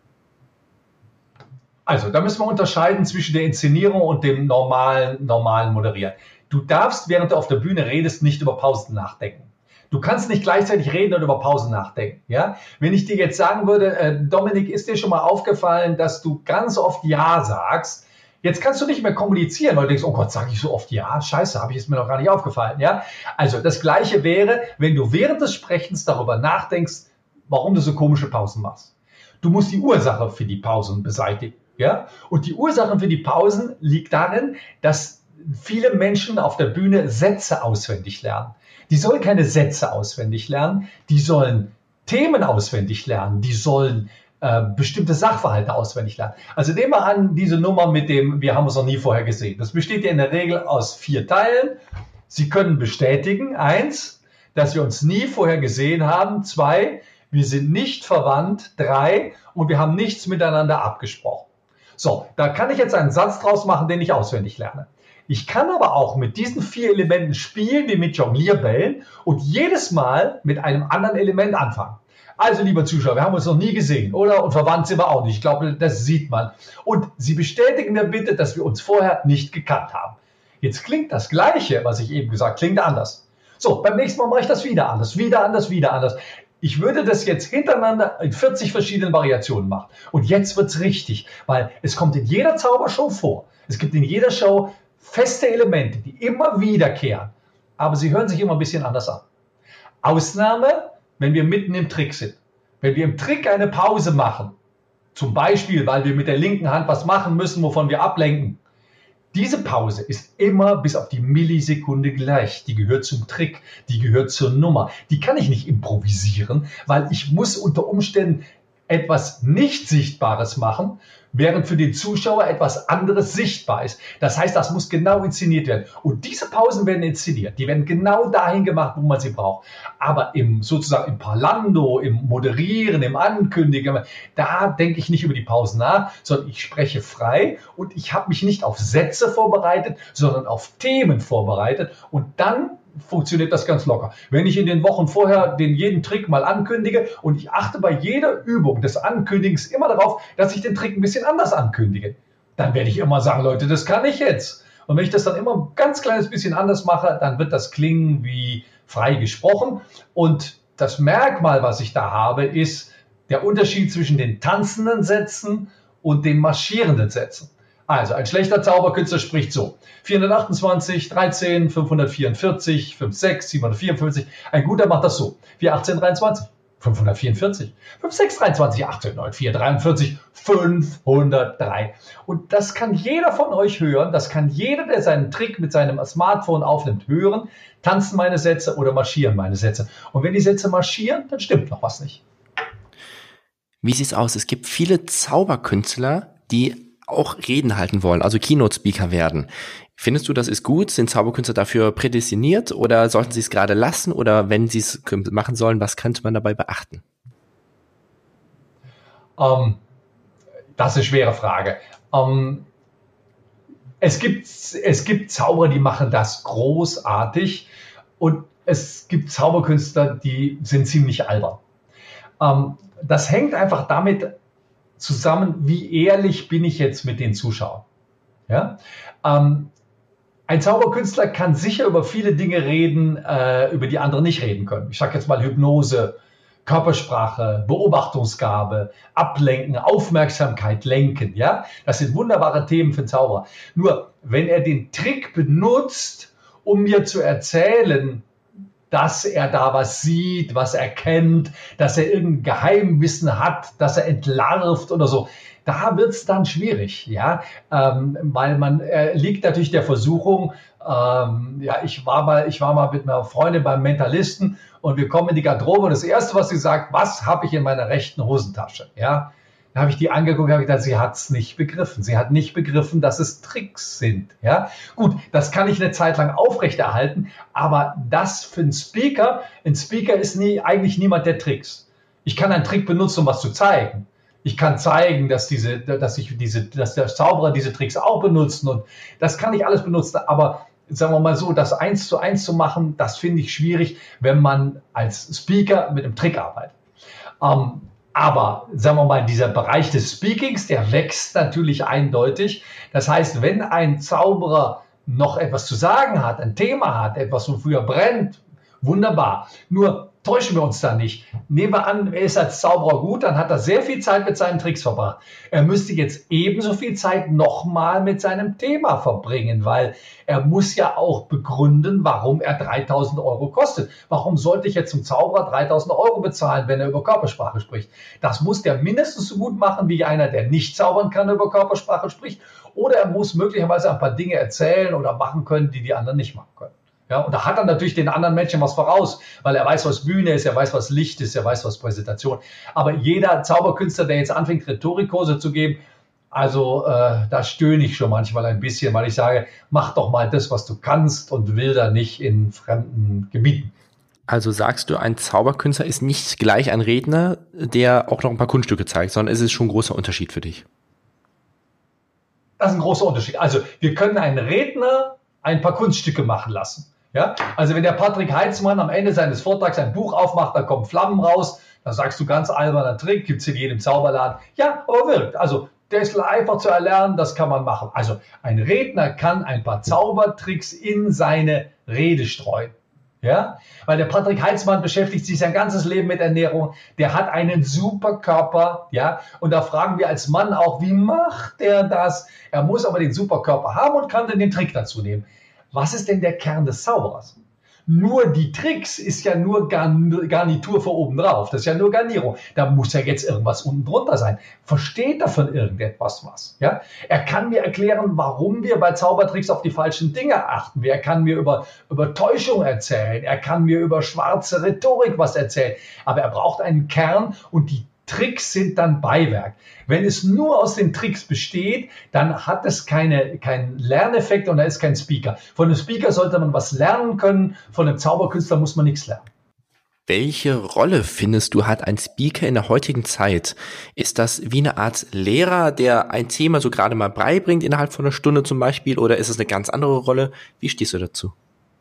Also, da müssen wir unterscheiden zwischen der Inszenierung und dem normalen, normalen Moderieren. Du darfst, während du auf der Bühne redest, nicht über Pausen nachdenken. Du kannst nicht gleichzeitig reden und über Pausen nachdenken. Ja? Wenn ich dir jetzt sagen würde, äh, Dominik, ist dir schon mal aufgefallen, dass du ganz oft Ja sagst? Jetzt kannst du nicht mehr kommunizieren, weil du denkst, oh Gott, sage ich so oft Ja? Scheiße, habe ich es mir noch gar nicht aufgefallen. Ja? Also das Gleiche wäre, wenn du während des Sprechens darüber nachdenkst, warum du so komische Pausen machst. Du musst die Ursache für die Pausen beseitigen. Ja? Und die Ursache für die Pausen liegt darin, dass viele Menschen auf der Bühne Sätze auswendig lernen. Die sollen keine Sätze auswendig lernen, die sollen Themen auswendig lernen, die sollen äh, bestimmte Sachverhalte auswendig lernen. Also nehmen wir an, diese Nummer mit dem, wir haben uns noch nie vorher gesehen. Das besteht ja in der Regel aus vier Teilen. Sie können bestätigen, eins, dass wir uns nie vorher gesehen haben, zwei, wir sind nicht verwandt, drei, und wir haben nichts miteinander abgesprochen. So, da kann ich jetzt einen Satz draus machen, den ich auswendig lerne. Ich kann aber auch mit diesen vier Elementen spielen, wie mit Jonglierbällen, und jedes Mal mit einem anderen Element anfangen. Also, lieber Zuschauer, wir haben uns noch nie gesehen, oder? Und verwandt sind wir auch nicht. Ich glaube, das sieht man. Und Sie bestätigen mir bitte, dass wir uns vorher nicht gekannt haben. Jetzt klingt das Gleiche, was ich eben gesagt habe, klingt anders. So, beim nächsten Mal mache ich das wieder anders, wieder anders, wieder anders. Ich würde das jetzt hintereinander in vierzig verschiedenen Variationen machen. Und jetzt wird's richtig, weil es kommt in jeder Zaubershow vor. Es gibt in jeder Show feste Elemente, die immer wiederkehren, aber sie hören sich immer ein bisschen anders an. Ausnahme, wenn wir mitten im Trick sind. Wenn wir im Trick eine Pause machen, zum Beispiel, weil wir mit der linken Hand was machen müssen, wovon wir ablenken. Diese Pause ist immer bis auf die Millisekunde gleich. Die gehört zum Trick, die gehört zur Nummer. Die kann ich nicht improvisieren, weil ich muss unter Umständen etwas nicht Sichtbares machen, während für den Zuschauer etwas anderes sichtbar ist. Das heißt, das muss genau inszeniert werden. Und diese Pausen werden inszeniert. Die werden genau dahin gemacht, wo man sie braucht. Aber im sozusagen im Parlando, im Moderieren, im Ankündigen, da denke ich nicht über die Pausen nach, sondern ich spreche frei und ich habe mich nicht auf Sätze vorbereitet, sondern auf Themen vorbereitet. Und dann funktioniert das ganz locker. Wenn ich in den Wochen vorher den jeden Trick mal ankündige und ich achte bei jeder Übung des Ankündigens immer darauf, dass ich den Trick ein bisschen anders ankündige, dann werde ich immer sagen, Leute, das kann ich jetzt. Und wenn ich das dann immer ein ganz kleines bisschen anders mache, dann wird das klingen wie frei gesprochen. Und das Merkmal, was ich da habe, ist der Unterschied zwischen den tanzenden Sätzen und den marschierenden Sätzen. Also ein schlechter Zauberkünstler spricht so: vierhundertachtundzwanzig, dreizehn, fünfhundertvierundvierzig, sechs, siebenhundertvierundfünfzig. Ein guter macht das so: vier, achtzehn, dreiundzwanzig, fünfhundertvierundvierzig, fünf, sechs, dreiundzwanzig, achtzehn, neun, vier, dreiundvierzig, fünfhundertdrei. Und das kann jeder von euch hören. Das kann jeder, der seinen Trick mit seinem Smartphone aufnimmt, hören. Tanzen meine Sätze oder marschieren meine Sätze. Und wenn die Sätze marschieren, dann stimmt noch was nicht. Wie sieht's aus? Es gibt viele Zauberkünstler, die auch Reden halten wollen, also Keynote-Speaker werden. Findest du, das ist gut? Sind Zauberkünstler dafür prädestiniert oder sollten sie es gerade lassen? Oder wenn sie es machen sollen, was könnte man dabei beachten? Um, das ist eine schwere Frage. Um, es gibt, es gibt Zauberer, die machen das großartig und es gibt Zauberkünstler, die sind ziemlich albern. Um, das hängt einfach damit zusammen, wie ehrlich bin ich jetzt mit den Zuschauern. Ja? Ähm, ein Zauberkünstler kann sicher über viele Dinge reden, äh, über die andere nicht reden können. Ich sage jetzt mal Hypnose, Körpersprache, Beobachtungsgabe, Ablenken, Aufmerksamkeit, Lenken. Ja? Das sind wunderbare Themen für einen Zauberer. Nur, wenn er den Trick benutzt, um mir zu erzählen, dass er da was sieht, was er kennt, dass er irgendein Geheimwissen hat, dass er entlarvt oder so. Da wird es dann schwierig, ja, ähm, weil man äh, liegt natürlich der Versuchung. Ähm, ja, ich war mal, ich war mal mit einer Freundin beim Mentalisten und wir kommen in die Garderobe und das Erste, was sie sagt: Was habe ich in meiner rechten Hosentasche? Ja. Da habe ich die angeguckt, habe ich gedacht, sie hat es nicht begriffen. Sie hat nicht begriffen, dass es Tricks sind. Ja, gut, das kann ich eine Zeit lang aufrechterhalten, aber das für einen Speaker, ein Speaker ist nie, eigentlich niemand der Tricks. Ich kann einen Trick benutzen, um was zu zeigen. Ich kann zeigen, dass diese, dass ich diese, dass der Zauberer diese Tricks auch benutzen und das kann ich alles benutzen, aber sagen wir mal so, das eins zu eins zu machen, das finde ich schwierig, wenn man als Speaker mit einem Trick arbeitet. Ähm, Aber sagen wir mal, dieser Bereich des Speakings, der wächst natürlich eindeutig. Das heißt, wenn ein Zauberer noch etwas zu sagen hat, ein Thema hat, etwas, wofür er brennt, wunderbar. Nur täuschen wir uns da nicht. Nehmen wir an, er ist als Zauberer gut, dann hat er sehr viel Zeit mit seinen Tricks verbracht. Er müsste jetzt ebenso viel Zeit nochmal mit seinem Thema verbringen, weil er muss ja auch begründen, warum er dreitausend Euro kostet. Warum sollte ich jetzt zum Zauberer dreitausend Euro bezahlen, wenn er über Körpersprache spricht? Das muss der mindestens so gut machen, wie einer, der nicht zaubern kann, über Körpersprache spricht. Oder er muss möglicherweise ein paar Dinge erzählen oder machen können, die die anderen nicht machen können. Ja, und da hat er natürlich den anderen Menschen was voraus, weil er weiß, was Bühne ist, er weiß, was Licht ist, er weiß, was Präsentation. Aber jeder Zauberkünstler, der jetzt anfängt, Rhetorikkurse zu geben, also äh, da stöhne ich schon manchmal ein bisschen, weil ich sage, mach doch mal das, was du kannst und will da nicht in fremden Gebieten. Also sagst du, ein Zauberkünstler ist nicht gleich ein Redner, der auch noch ein paar Kunststücke zeigt, sondern es ist schon ein großer Unterschied für dich. Das ist ein großer Unterschied. Also wir können einen Redner ein paar Kunststücke machen lassen. Ja, also wenn der Patrick Heitzmann am Ende seines Vortrags ein Buch aufmacht, da kommen Flammen raus, da sagst du, ganz alberner Trick, gibt's in jedem Zauberladen. Ja, aber wirkt. Also der ist einfach zu erlernen, das kann man machen. Also ein Redner kann ein paar Zaubertricks in seine Rede streuen. Ja, weil der Patrick Heitzmann beschäftigt sich sein ganzes Leben mit Ernährung. Der hat einen super Körper, ja. Und da fragen wir als Mann auch, wie macht der das? Er muss aber den super Körper haben und kann dann den Trick dazu nehmen. Was ist denn der Kern des Zauberers? Nur die Tricks ist ja nur Garnitur für oben drauf. Das ist ja nur Garnierung. Da muss ja jetzt irgendwas unten drunter sein. Versteht er von irgendetwas was? Ja? Er kann mir erklären, warum wir bei Zaubertricks auf die falschen Dinge achten. Er kann mir über, über Täuschung erzählen. Er kann mir über schwarze Rhetorik was erzählen. Aber er braucht einen Kern und die Tricks sind dann Beiwerk. Wenn es nur aus den Tricks besteht, dann hat es keine, keinen Lerneffekt und da ist kein Speaker. Von einem Speaker sollte man was lernen können, von einem Zauberkünstler muss man nichts lernen. Welche Rolle findest du, hat ein Speaker in der heutigen Zeit? Ist das wie eine Art Lehrer, der ein Thema so gerade mal beibringt innerhalb von einer Stunde zum Beispiel, oder ist es eine ganz andere Rolle? Wie stehst du dazu?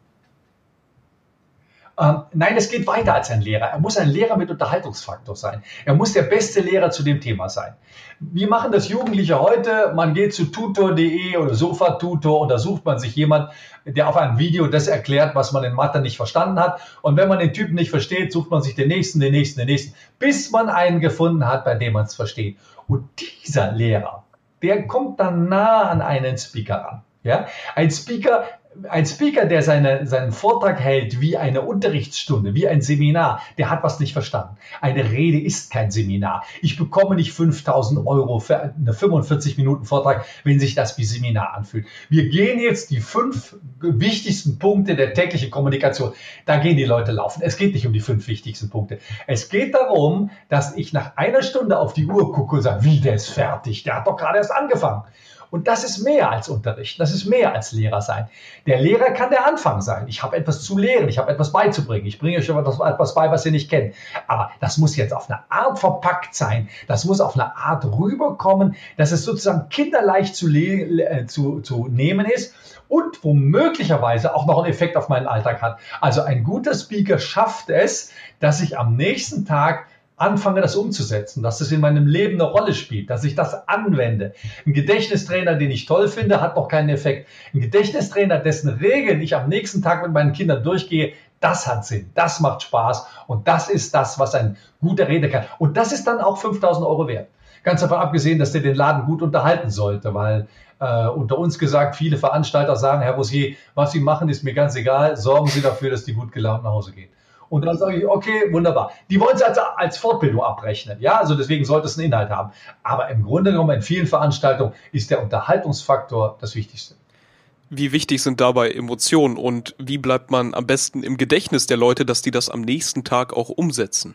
Ähm, nein, es geht weiter als ein Lehrer. Er muss ein Lehrer mit Unterhaltungsfaktor sein. Er muss der beste Lehrer zu dem Thema sein. Wie machen das Jugendliche heute? Man geht zu tutor punkt de oder Sofa-Tutor und da sucht man sich jemand, der auf einem Video das erklärt, was man in Mathe nicht verstanden hat. Und wenn man den Typen nicht versteht, sucht man sich den nächsten, den nächsten, den nächsten, bis man einen gefunden hat, bei dem man es versteht. Und dieser Lehrer, der kommt dann nah an einen Speaker ran. Ja? Ein Speaker Ein Speaker, der seine, seinen Vortrag hält wie eine Unterrichtsstunde, wie ein Seminar, der hat was nicht verstanden. Eine Rede ist kein Seminar. Ich bekomme nicht fünftausend Euro für einen fünfundvierzig Minuten Vortrag, wenn sich das wie Seminar anfühlt. Wir gehen jetzt die fünf wichtigsten Punkte der täglichen Kommunikation. Da gehen die Leute laufen. Es geht nicht um die fünf wichtigsten Punkte. Es geht darum, dass ich nach einer Stunde auf die Uhr gucke und sage, wie, der ist fertig, der hat doch gerade erst angefangen. Und das ist mehr als Unterricht, das ist mehr als Lehrer sein. Der Lehrer kann der Anfang sein. Ich habe etwas zu lehren, ich habe etwas beizubringen. Ich bringe euch etwas bei, was ihr nicht kennt. Aber das muss jetzt auf eine Art verpackt sein. Das muss auf eine Art rüberkommen, dass es sozusagen kinderleicht zu, äh, zu, zu nehmen ist und womöglicherweise auch noch einen Effekt auf meinen Alltag hat. Also ein guter Speaker schafft es, dass ich am nächsten Tag anfange, das umzusetzen, dass das in meinem Leben eine Rolle spielt, dass ich das anwende. Ein Gedächtnistrainer, den ich toll finde, hat noch keinen Effekt. Ein Gedächtnistrainer, dessen Regeln ich am nächsten Tag mit meinen Kindern durchgehe, das hat Sinn, das macht Spaß und das ist das, was ein guter Redner kann. Und das ist dann auch fünftausend Euro wert. Ganz davon abgesehen, dass der den Laden gut unterhalten sollte, weil äh, unter uns gesagt, viele Veranstalter sagen, Herr Rosier, was Sie machen, ist mir ganz egal, sorgen Sie dafür, dass die gut gelaunt nach Hause gehen. Und dann sage ich, okay, wunderbar. Die wollen es als, als Fortbildung abrechnen. Ja, also deswegen sollte es einen Inhalt haben. Aber im Grunde genommen in vielen Veranstaltungen ist der Unterhaltungsfaktor das Wichtigste. Wie wichtig sind dabei Emotionen und wie bleibt man am besten im Gedächtnis der Leute, dass die das am nächsten Tag auch umsetzen?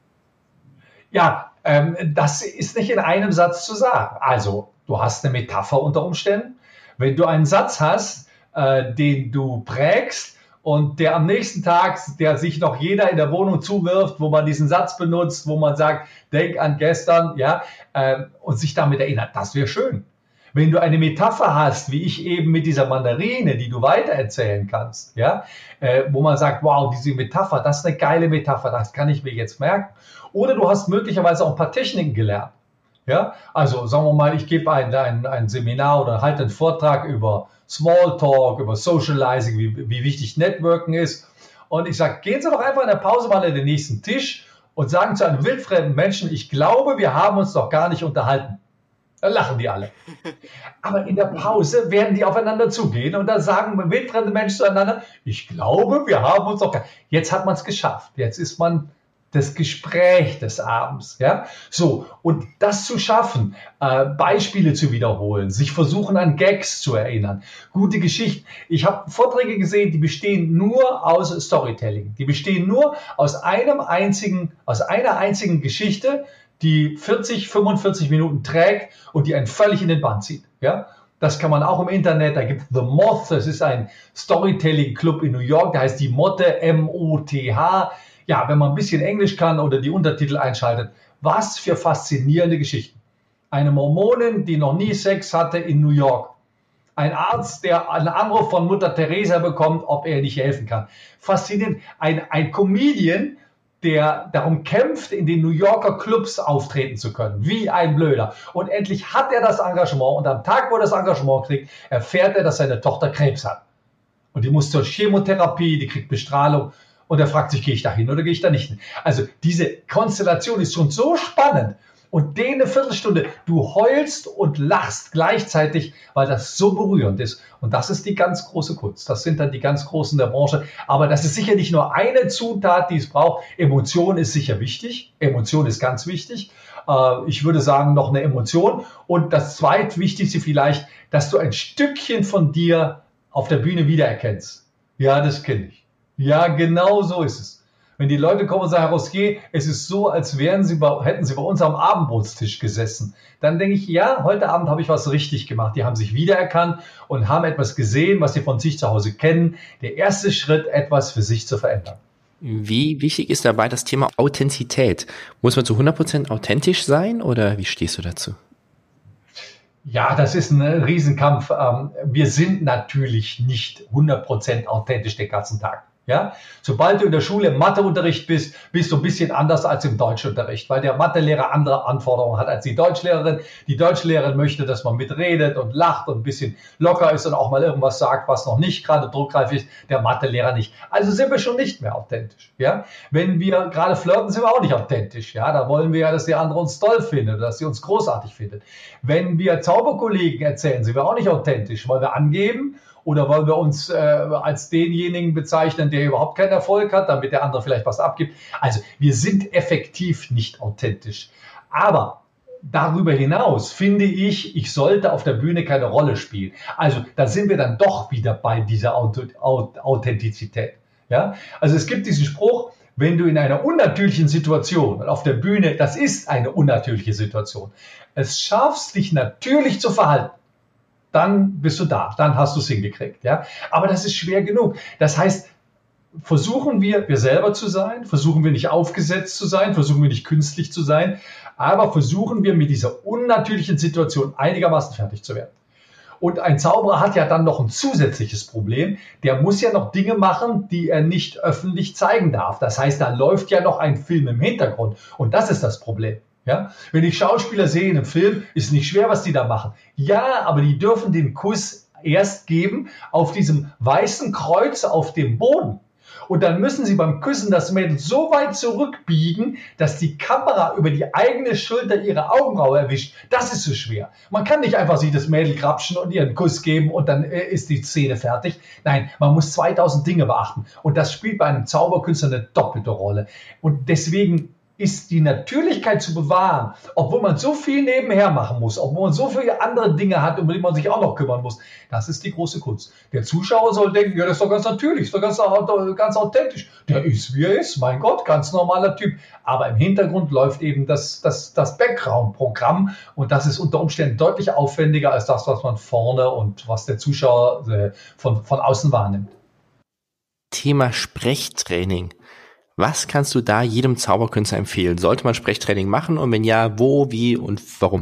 Ja, ähm, das ist nicht in einem Satz zu sagen. Also, du hast eine Metapher unter Umständen. Wenn du einen Satz hast, äh, den du prägst, und der am nächsten Tag, der sich noch jeder in der Wohnung zuwirft, wo man diesen Satz benutzt, wo man sagt, denk an gestern, ja, äh, und sich damit erinnert, das wäre schön. Wenn du eine Metapher hast, wie ich eben mit dieser Mandarine, die du weitererzählen kannst, ja, äh, wo man sagt, wow, diese Metapher, das ist eine geile Metapher, das kann ich mir jetzt merken. Oder du hast möglicherweise auch ein paar Techniken gelernt. Ja, also sagen wir mal, ich gebe ein, ein, ein Seminar oder halte einen Vortrag über Smalltalk, über Socializing, wie, wie wichtig Networken ist. Und ich sage, gehen Sie doch einfach in der Pause mal an den nächsten Tisch und sagen zu einem wildfremden Menschen, ich glaube, wir haben uns doch gar nicht unterhalten. Dann lachen die alle. Aber in der Pause werden die aufeinander zugehen und dann sagen wildfremde Menschen zueinander, ich glaube, wir haben uns doch gar nicht. Jetzt hat man es geschafft. Jetzt ist man das Gespräch des Abends, ja, so, und das zu schaffen, äh, Beispiele zu wiederholen, sich versuchen an Gags zu erinnern, gute Geschichten. Ich habe Vorträge gesehen, die bestehen nur aus Storytelling, die bestehen nur aus einem einzigen, aus einer einzigen Geschichte, die vierzig, fünfundvierzig Minuten trägt und die einen völlig in den Bann zieht, ja. Das kann man auch im Internet, da gibt es The Moth, das ist ein Storytelling-Club in New York, der heißt die Motte, M O T H. Ja, wenn man ein bisschen Englisch kann oder die Untertitel einschaltet, was für faszinierende Geschichten. Eine Mormonin, die noch nie Sex hatte in New York. Ein Arzt, der einen Anruf von Mutter Teresa bekommt, ob er nicht helfen kann. Faszinierend. Ein, ein Comedian, der darum kämpft, in den New Yorker Clubs auftreten zu können. Wie ein Blöder. Und endlich hat er das Engagement und am Tag, wo er das Engagement kriegt, erfährt er, dass seine Tochter Krebs hat. Und die muss zur Chemotherapie, die kriegt Bestrahlung. Und er fragt sich, gehe ich da hin oder gehe ich da nicht hin? Also diese Konstellation ist schon so spannend. Und den eine Viertelstunde, du heulst und lachst gleichzeitig, weil das so berührend ist. Und das ist die ganz große Kunst. Das sind dann die ganz Großen der Branche. Aber das ist sicher nicht nur eine Zutat, die es braucht. Emotion ist sicher wichtig. Emotion ist ganz wichtig. Ich würde sagen, noch eine Emotion. Und das Zweitwichtigste vielleicht, dass du ein Stückchen von dir auf der Bühne wiedererkennst. Ja, das kenne ich. Ja, genau so ist es. Wenn die Leute kommen und sagen, Herr Rosquier, es ist so, als wären Sie bei, hätten Sie bei uns am Abendbrotstisch gesessen, dann denke ich, ja, heute Abend habe ich was richtig gemacht. Die haben sich wiedererkannt und haben etwas gesehen, was sie von sich zu Hause kennen. Der erste Schritt, etwas für sich zu verändern. Wie wichtig ist dabei das Thema Authentizität? Muss man zu hundert Prozent authentisch sein oder wie stehst du dazu? Ja, das ist ein Riesenkampf. Wir sind natürlich nicht hundert Prozent authentisch den ganzen Tag. Ja, sobald du in der Schule im Matheunterricht bist, bist du ein bisschen anders als im Deutschunterricht, weil der Mathelehrer andere Anforderungen hat als die Deutschlehrerin. Die Deutschlehrerin möchte, dass man mitredet und lacht und ein bisschen locker ist und auch mal irgendwas sagt, was noch nicht gerade druckreif ist, der Mathelehrer nicht. Also sind wir schon nicht mehr authentisch. Ja, wenn wir gerade flirten, sind wir auch nicht authentisch. Ja, da wollen wir ja, dass der andere uns toll findet, dass sie uns großartig findet. Wenn wir Zauberkollegen erzählen, sind wir auch nicht authentisch, weil wir angeben. Oder wollen wir uns äh, als denjenigen bezeichnen, der überhaupt keinen Erfolg hat, damit der andere vielleicht was abgibt? Also wir sind effektiv nicht authentisch. Aber darüber hinaus finde ich, ich sollte auf der Bühne keine Rolle spielen. Also da sind wir dann doch wieder bei dieser Authentizität. Ja? Also es gibt diesen Spruch, wenn du in einer unnatürlichen Situation und auf der Bühne, das ist eine unnatürliche Situation, es schaffst, dich natürlich zu verhalten, dann bist du da, dann hast du es hingekriegt. Ja? Aber das ist schwer genug. Das heißt, versuchen wir, wir selber zu sein, versuchen wir nicht aufgesetzt zu sein, versuchen wir nicht künstlich zu sein, aber versuchen wir mit dieser unnatürlichen Situation einigermaßen fertig zu werden. Und ein Zauberer hat ja dann noch ein zusätzliches Problem. Der muss ja noch Dinge machen, die er nicht öffentlich zeigen darf. Das heißt, da läuft ja noch ein Film im Hintergrund. Und das ist das Problem. Ja? Wenn ich Schauspieler sehe in einem Film, ist nicht schwer, was die da machen. Ja, aber die dürfen den Kuss erst geben auf diesem weißen Kreuz auf dem Boden. Und dann müssen sie beim Küssen das Mädel so weit zurückbiegen, dass die Kamera über die eigene Schulter ihre Augenbraue erwischt. Das ist so schwer. Man kann nicht einfach sich das Mädel grapschen und ihr einen Kuss geben und dann äh, ist die Szene fertig. Nein, man muss zweitausend Dinge beachten. Und das spielt bei einem Zauberkünstler eine doppelte Rolle. Und deswegen ist die Natürlichkeit zu bewahren, obwohl man so viel nebenher machen muss, obwohl man so viele andere Dinge hat, um die man sich auch noch kümmern muss. Das ist die große Kunst. Der Zuschauer soll denken, ja, das ist doch ganz natürlich, ist doch ganz, ganz authentisch. Der ist, wie er ist, mein Gott, ganz normaler Typ. Aber im Hintergrund läuft eben das, das, das Background-Programm und das ist unter Umständen deutlich aufwendiger als das, was man vorne und was der Zuschauer äh, von, von außen wahrnimmt. Thema Sprechtraining. Was kannst du da jedem Zauberkünstler empfehlen? Sollte man Sprechtraining machen und wenn ja, wo, wie und warum?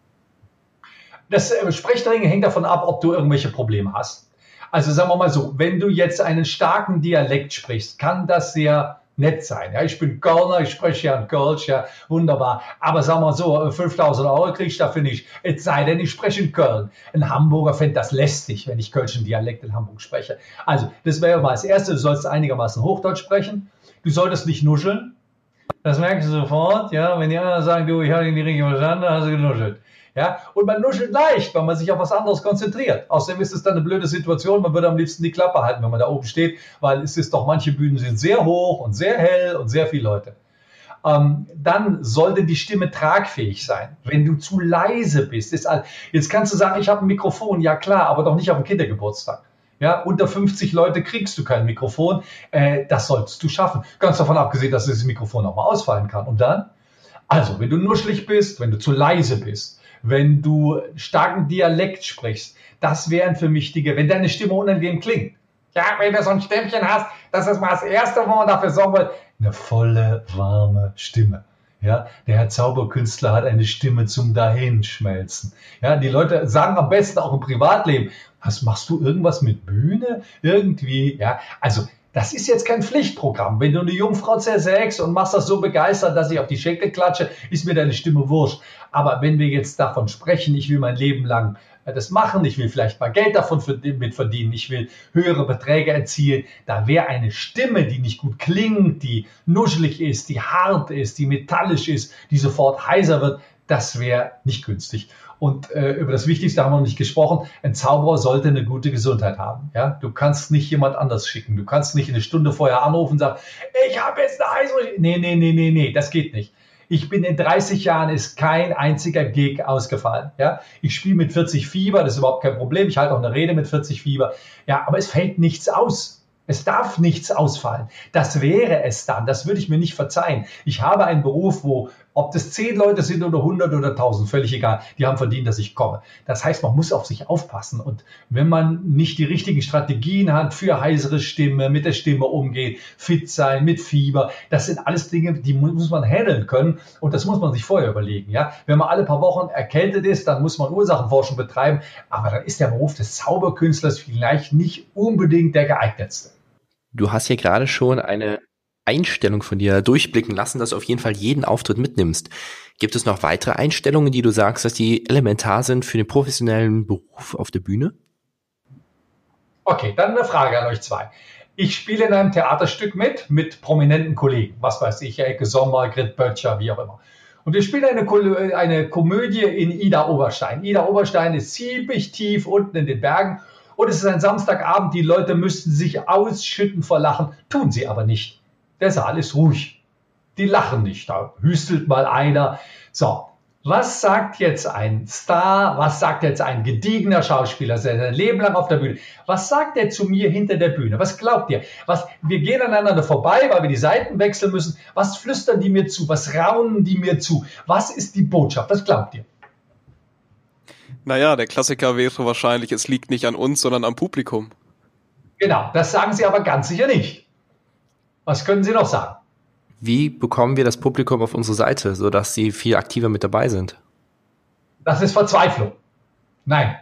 Das äh, Sprechtraining hängt davon ab, ob du irgendwelche Probleme hast. Also sagen wir mal so, wenn du jetzt einen starken Dialekt sprichst, kann das sehr nett sein. Ja, ich bin Kölner, ich spreche ja in Kölsch, ja, wunderbar. Aber sagen wir mal so, fünftausend Euro kriege ich dafür nicht. Es sei denn, ich spreche in Köln. Ein Hamburger fände das lästig, wenn ich kölschen Dialekt in Hamburg spreche. Also, das wäre mal das Erste, du sollst einigermaßen Hochdeutsch sprechen. Du solltest nicht nuscheln. Das merkst du sofort, ja. Wenn die anderen sagen, du, ich habe ihn nicht richtig verstanden, dann hast du genuschelt. Ja, und man nuschelt leicht, weil man sich auf was anderes konzentriert. Außerdem ist es dann eine blöde Situation, man würde am liebsten die Klappe halten, wenn man da oben steht, weil es ist doch, manche Bühnen sind sehr hoch und sehr hell und sehr viele Leute. Ähm, dann sollte die Stimme tragfähig sein. Wenn du zu leise bist, ist all, jetzt kannst du sagen, ich habe ein Mikrofon, ja klar, aber doch nicht auf dem Kindergeburtstag. Ja, unter fünfzig Leute kriegst du kein Mikrofon. Äh, das solltest du schaffen. Ganz davon abgesehen, dass das Mikrofon auch mal ausfallen kann. Und dann? Also, wenn du nuschelig bist, wenn du zu leise bist, wenn du starken Dialekt sprichst, das wären für mich Dinge, wenn deine Stimme unangenehm klingt. Ja, wenn du so ein Stämmchen hast, das ist mal das Erste, wo man dafür sorgen will. Eine volle, warme Stimme. Ja, der Herr Zauberkünstler hat eine Stimme zum Dahinschmelzen. Ja, die Leute sagen am besten auch im Privatleben, was machst du irgendwas mit Bühne? Irgendwie, ja, also das ist jetzt kein Pflichtprogramm. Wenn du eine Jungfrau zersägst und machst das so begeistert, dass ich auf die Schenkel klatsche, ist mir deine Stimme wurscht. Aber wenn wir jetzt davon sprechen, ich will mein Leben lang das machen, ich will vielleicht mal Geld davon mit verdienen, ich will höhere Beträge erzielen, da wäre eine Stimme, die nicht gut klingt, die nuschelig ist, die hart ist, die metallisch ist, die sofort heiser wird, das wäre nicht günstig. Und äh, über das Wichtigste haben wir noch nicht gesprochen. Ein Zauberer sollte eine gute Gesundheit haben. Ja? Du kannst nicht jemand anders schicken. Du kannst nicht eine Stunde vorher anrufen und sagen, ich habe jetzt eine heiße... Nee, nee, nee, nee, nee, das geht nicht. Ich bin in dreißig Jahren, ist kein einziger Gig ausgefallen. Ja? Ich spiele mit vierzig Fieber, das ist überhaupt kein Problem. Ich halte auch eine Rede mit vierzig Fieber. Ja, aber es fällt nichts aus. Es darf nichts ausfallen. Das wäre es dann. Das würde ich mir nicht verzeihen. Ich habe einen Beruf, wo, ob das zehn Leute sind oder hundert oder tausend, völlig egal, die haben verdient, dass ich komme. Das heißt, man muss auf sich aufpassen. Und wenn man nicht die richtigen Strategien hat für heißere Stimme, mit der Stimme umgehen, fit sein, mit Fieber, das sind alles Dinge, die muss man handeln können. Und das muss man sich vorher überlegen. Ja? Wenn man alle paar Wochen erkältet ist, dann muss man Ursachenforschung betreiben. Aber dann ist der Beruf des Zauberkünstlers vielleicht nicht unbedingt der geeignetste. Du hast ja gerade schon eine Einstellung von dir durchblicken lassen, dass du auf jeden Fall jeden Auftritt mitnimmst. Gibt es noch weitere Einstellungen, die du sagst, dass die elementar sind für den professionellen Beruf auf der Bühne? Okay, dann eine Frage an euch zwei. Ich spiele in einem Theaterstück mit, mit prominenten Kollegen. Was weiß ich, Elke Sommer, Grit Böttcher, wie auch immer. Und wir spielen eine, eine Komödie in Ida Oberstein. Ida Oberstein ist ziemlich tief unten in den Bergen. Und es ist ein Samstagabend, die Leute müssten sich ausschütten vor Lachen, tun sie aber nicht. Der Saal ist ruhig. Die lachen nicht, da hüstelt mal einer. So, was sagt jetzt ein Star, was sagt jetzt ein gediegener Schauspieler, sein Leben lang auf der Bühne? Was sagt er zu mir hinter der Bühne? Was glaubt ihr? Was, wir gehen aneinander vorbei, weil wir die Seiten wechseln müssen. Was flüstern die mir zu? Was raunen die mir zu? Was ist die Botschaft? Was glaubt ihr? Naja, der Klassiker wäre wahrscheinlich, es liegt nicht an uns, sondern am Publikum. Genau, das sagen sie aber ganz sicher nicht. Was können sie noch sagen? Wie bekommen wir das Publikum auf unsere Seite, sodass sie viel aktiver mit dabei sind? Das ist Verzweiflung. Nein.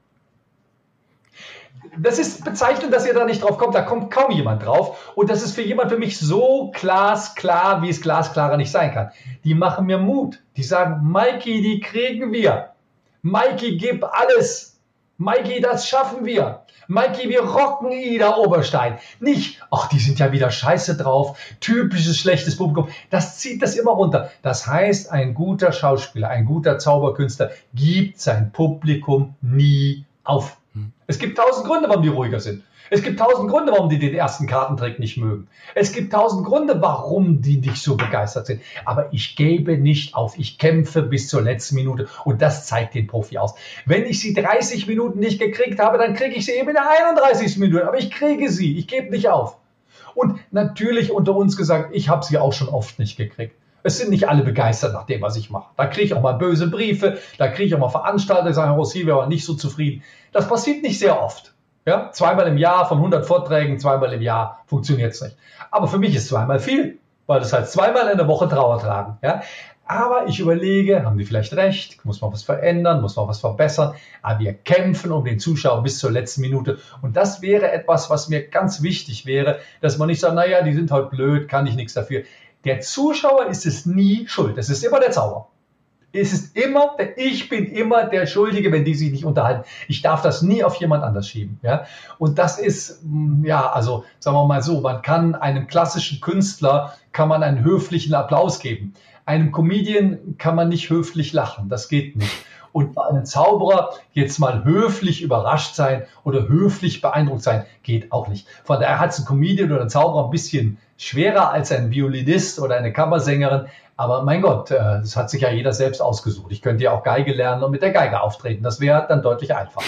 Das ist bezeichnend, dass ihr da nicht drauf kommt. Da kommt kaum jemand drauf. Und das ist für jemand für mich so glasklar, wie es glasklarer nicht sein kann. Die machen mir Mut. Die sagen, Maiki, die kriegen wir. Maiki, gib alles. Maiki, das schaffen wir. Maiki, wir rocken Ida Oberstein. Nicht, ach, die sind ja wieder scheiße drauf. Typisches schlechtes Publikum. Das zieht das immer runter. Das heißt, ein guter Schauspieler, ein guter Zauberkünstler gibt sein Publikum nie auf. Es gibt tausend Gründe, warum die ruhiger sind. Es gibt tausend Gründe, warum die den ersten Kartentrick nicht mögen. Es gibt tausend Gründe, warum die nicht so begeistert sind. Aber ich gebe nicht auf. Ich kämpfe bis zur letzten Minute. Und das zeigt den Profi aus. Wenn ich sie dreißig Minuten nicht gekriegt habe, dann kriege ich sie eben in der einunddreißigsten Minute. Aber ich kriege sie. Ich gebe nicht auf. Und natürlich unter uns gesagt, ich habe sie auch schon oft nicht gekriegt. Es sind nicht alle begeistert nach dem, was ich mache. Da kriege ich auch mal böse Briefe. Da kriege ich auch mal Veranstalter, die sagen, Rossi, wir waren nicht so zufrieden. Das passiert nicht sehr oft. Ja, zweimal im Jahr von hundert Vorträgen, zweimal im Jahr funktioniert es nicht. Aber für mich ist zweimal viel, weil das heißt zweimal in der Woche Trauer tragen. Ja? Aber ich überlege, haben die vielleicht recht? Muss man was verändern? Muss man was verbessern? Aber wir kämpfen um den Zuschauer bis zur letzten Minute. Und das wäre etwas, was mir ganz wichtig wäre, dass man nicht sagt, naja, die sind halt blöd, kann ich nichts dafür. Der Zuschauer ist es nie schuld. Es ist immer der Zauber. Es ist immer, ich bin immer der Schuldige, wenn die sich nicht unterhalten. Ich darf das nie auf jemand anders schieben. Ja? Und das ist, ja, also sagen wir mal so, man kann einem klassischen Künstler, kann man einen höflichen Applaus geben. Einem Comedian kann man nicht höflich lachen, das geht nicht. Und bei einem Zauberer jetzt mal höflich überrascht sein oder höflich beeindruckt sein, geht auch nicht. Von daher hat es ein Comedian oder ein Zauberer ein bisschen schwerer als ein Violinist oder eine Kammersängerin. Aber mein Gott, das hat sich ja jeder selbst ausgesucht. Ich könnte ja auch Geige lernen und mit der Geige auftreten. Das wäre dann deutlich einfacher.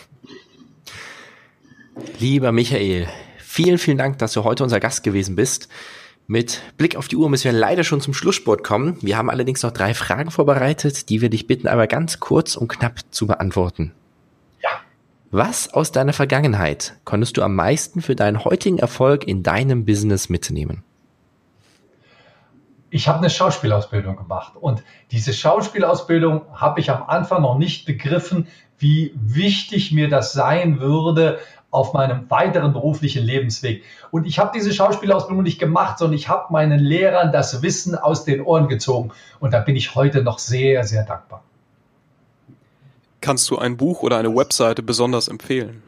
Lieber Michael, vielen, vielen Dank, dass du heute unser Gast gewesen bist. Mit Blick auf die Uhr müssen wir leider schon zum Schlussspurt kommen. Wir haben allerdings noch drei Fragen vorbereitet, die wir dich bitten, einmal ganz kurz und knapp zu beantworten. Ja. Was aus deiner Vergangenheit konntest du am meisten für deinen heutigen Erfolg in deinem Business mitnehmen? Ich habe eine Schauspielausbildung gemacht und diese Schauspielausbildung habe ich am Anfang noch nicht begriffen, wie wichtig mir das sein würde auf meinem weiteren beruflichen Lebensweg. Und ich habe diese Schauspielausbildung nicht gemacht, sondern ich habe meinen Lehrern das Wissen aus den Ohren gezogen und da bin ich heute noch sehr, sehr dankbar. Kannst du ein Buch oder eine Webseite besonders empfehlen?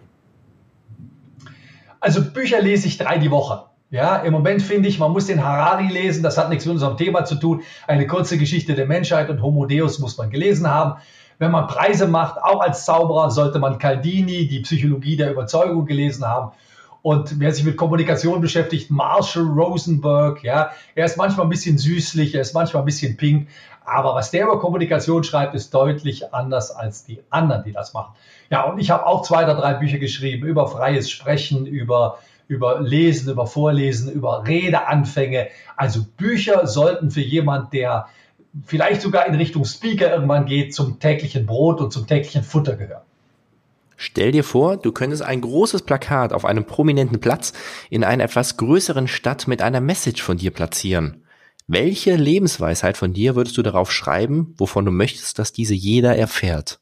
Also Bücher lese ich drei die Woche. Ja, im Moment finde ich, man muss den Harari lesen, das hat nichts mit unserem Thema zu tun. Eine kurze Geschichte der Menschheit und Homo Deus muss man gelesen haben. Wenn man Preise macht, auch als Zauberer, sollte man Cialdini, die Psychologie der Überzeugung, gelesen haben. Und wer sich mit Kommunikation beschäftigt, Marshall Rosenberg, ja, er ist manchmal ein bisschen süßlich, er ist manchmal ein bisschen pink, aber was der über Kommunikation schreibt, ist deutlich anders als die anderen, die das machen. Ja, und ich habe auch zwei oder drei Bücher geschrieben über freies Sprechen, über über Lesen, über Vorlesen, über Redeanfänge. Also Bücher sollten für jemand, der vielleicht sogar in Richtung Speaker irgendwann geht, zum täglichen Brot und zum täglichen Futter gehören. Stell dir vor, du könntest ein großes Plakat auf einem prominenten Platz in einer etwas größeren Stadt mit einer Message von dir platzieren. Welche Lebensweisheit von dir würdest du darauf schreiben, wovon du möchtest, dass diese jeder erfährt?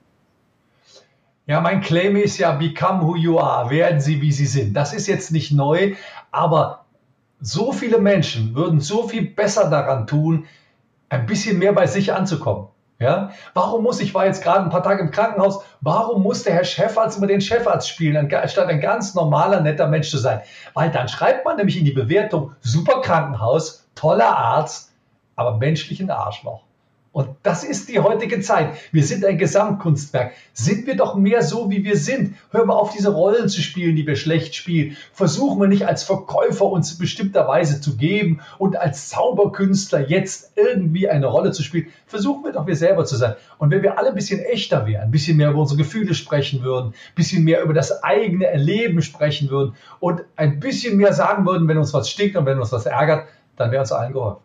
Ja, mein Claim ist ja, become who you are, werden Sie, wie Sie sind. Das ist jetzt nicht neu, aber so viele Menschen würden so viel besser daran tun, ein bisschen mehr bei sich anzukommen. Ja? Warum muss, ich war jetzt gerade ein paar Tage im Krankenhaus, warum muss der Herr Chefarzt immer den Chefarzt spielen, anstatt ein ganz normaler, netter Mensch zu sein? Weil dann schreibt man nämlich in die Bewertung, super Krankenhaus, toller Arzt, aber menschlichen Arschloch. Und das ist die heutige Zeit. Wir sind ein Gesamtkunstwerk. Sind wir doch mehr so, wie wir sind. Hören wir auf, diese Rollen zu spielen, die wir schlecht spielen. Versuchen wir nicht als Verkäufer uns in bestimmter Weise zu geben und als Zauberkünstler jetzt irgendwie eine Rolle zu spielen. Versuchen wir doch, wir selber zu sein. Und wenn wir alle ein bisschen echter wären, ein bisschen mehr über unsere Gefühle sprechen würden, ein bisschen mehr über das eigene Erleben sprechen würden und ein bisschen mehr sagen würden, wenn uns was stinkt und wenn uns was ärgert, dann wäre uns allen geholfen.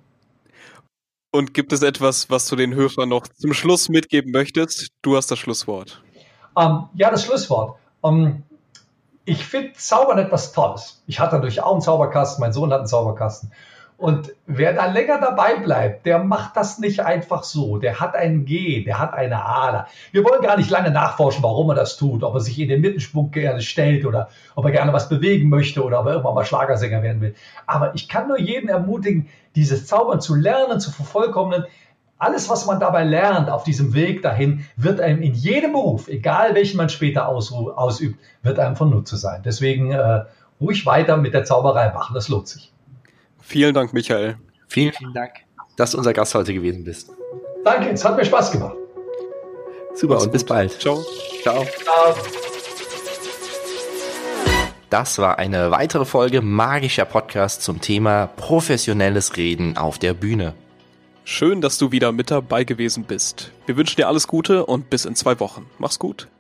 Und gibt es etwas, was du den Hörern noch zum Schluss mitgeben möchtest? Du hast das Schlusswort. Ähm, ja, das Schlusswort. Ähm, ich finde Zaubern etwas Tolles. Ich hatte natürlich auch einen Zauberkasten, mein Sohn hat einen Zauberkasten. Und wer da länger dabei bleibt, der macht das nicht einfach so. Der hat ein G, der hat eine Ader. Wir wollen gar nicht lange nachforschen, warum er das tut. Ob er sich in den Mittelpunkt gerne stellt oder ob er gerne was bewegen möchte oder ob er irgendwann mal Schlagersänger werden will. Aber ich kann nur jeden ermutigen, dieses Zaubern zu lernen, zu vervollkommnen. Alles, was man dabei lernt auf diesem Weg dahin, wird einem in jedem Beruf, egal welchen man später ausübt, wird einem von Nutzen sein. Deswegen äh, ruhig weiter mit der Zauberei machen, das lohnt sich. Vielen Dank, Michael. Vielen, vielen Dank, dass du unser Gast heute gewesen bist. Danke, es hat mir Spaß gemacht. Super, Mach's und bis gut. Bald. Ciao. Ciao. Ciao. Das war eine weitere Folge Magischer Podcast zum Thema professionelles Reden auf der Bühne. Schön, dass du wieder mit dabei gewesen bist. Wir wünschen dir alles Gute und bis in zwei Wochen. Mach's gut.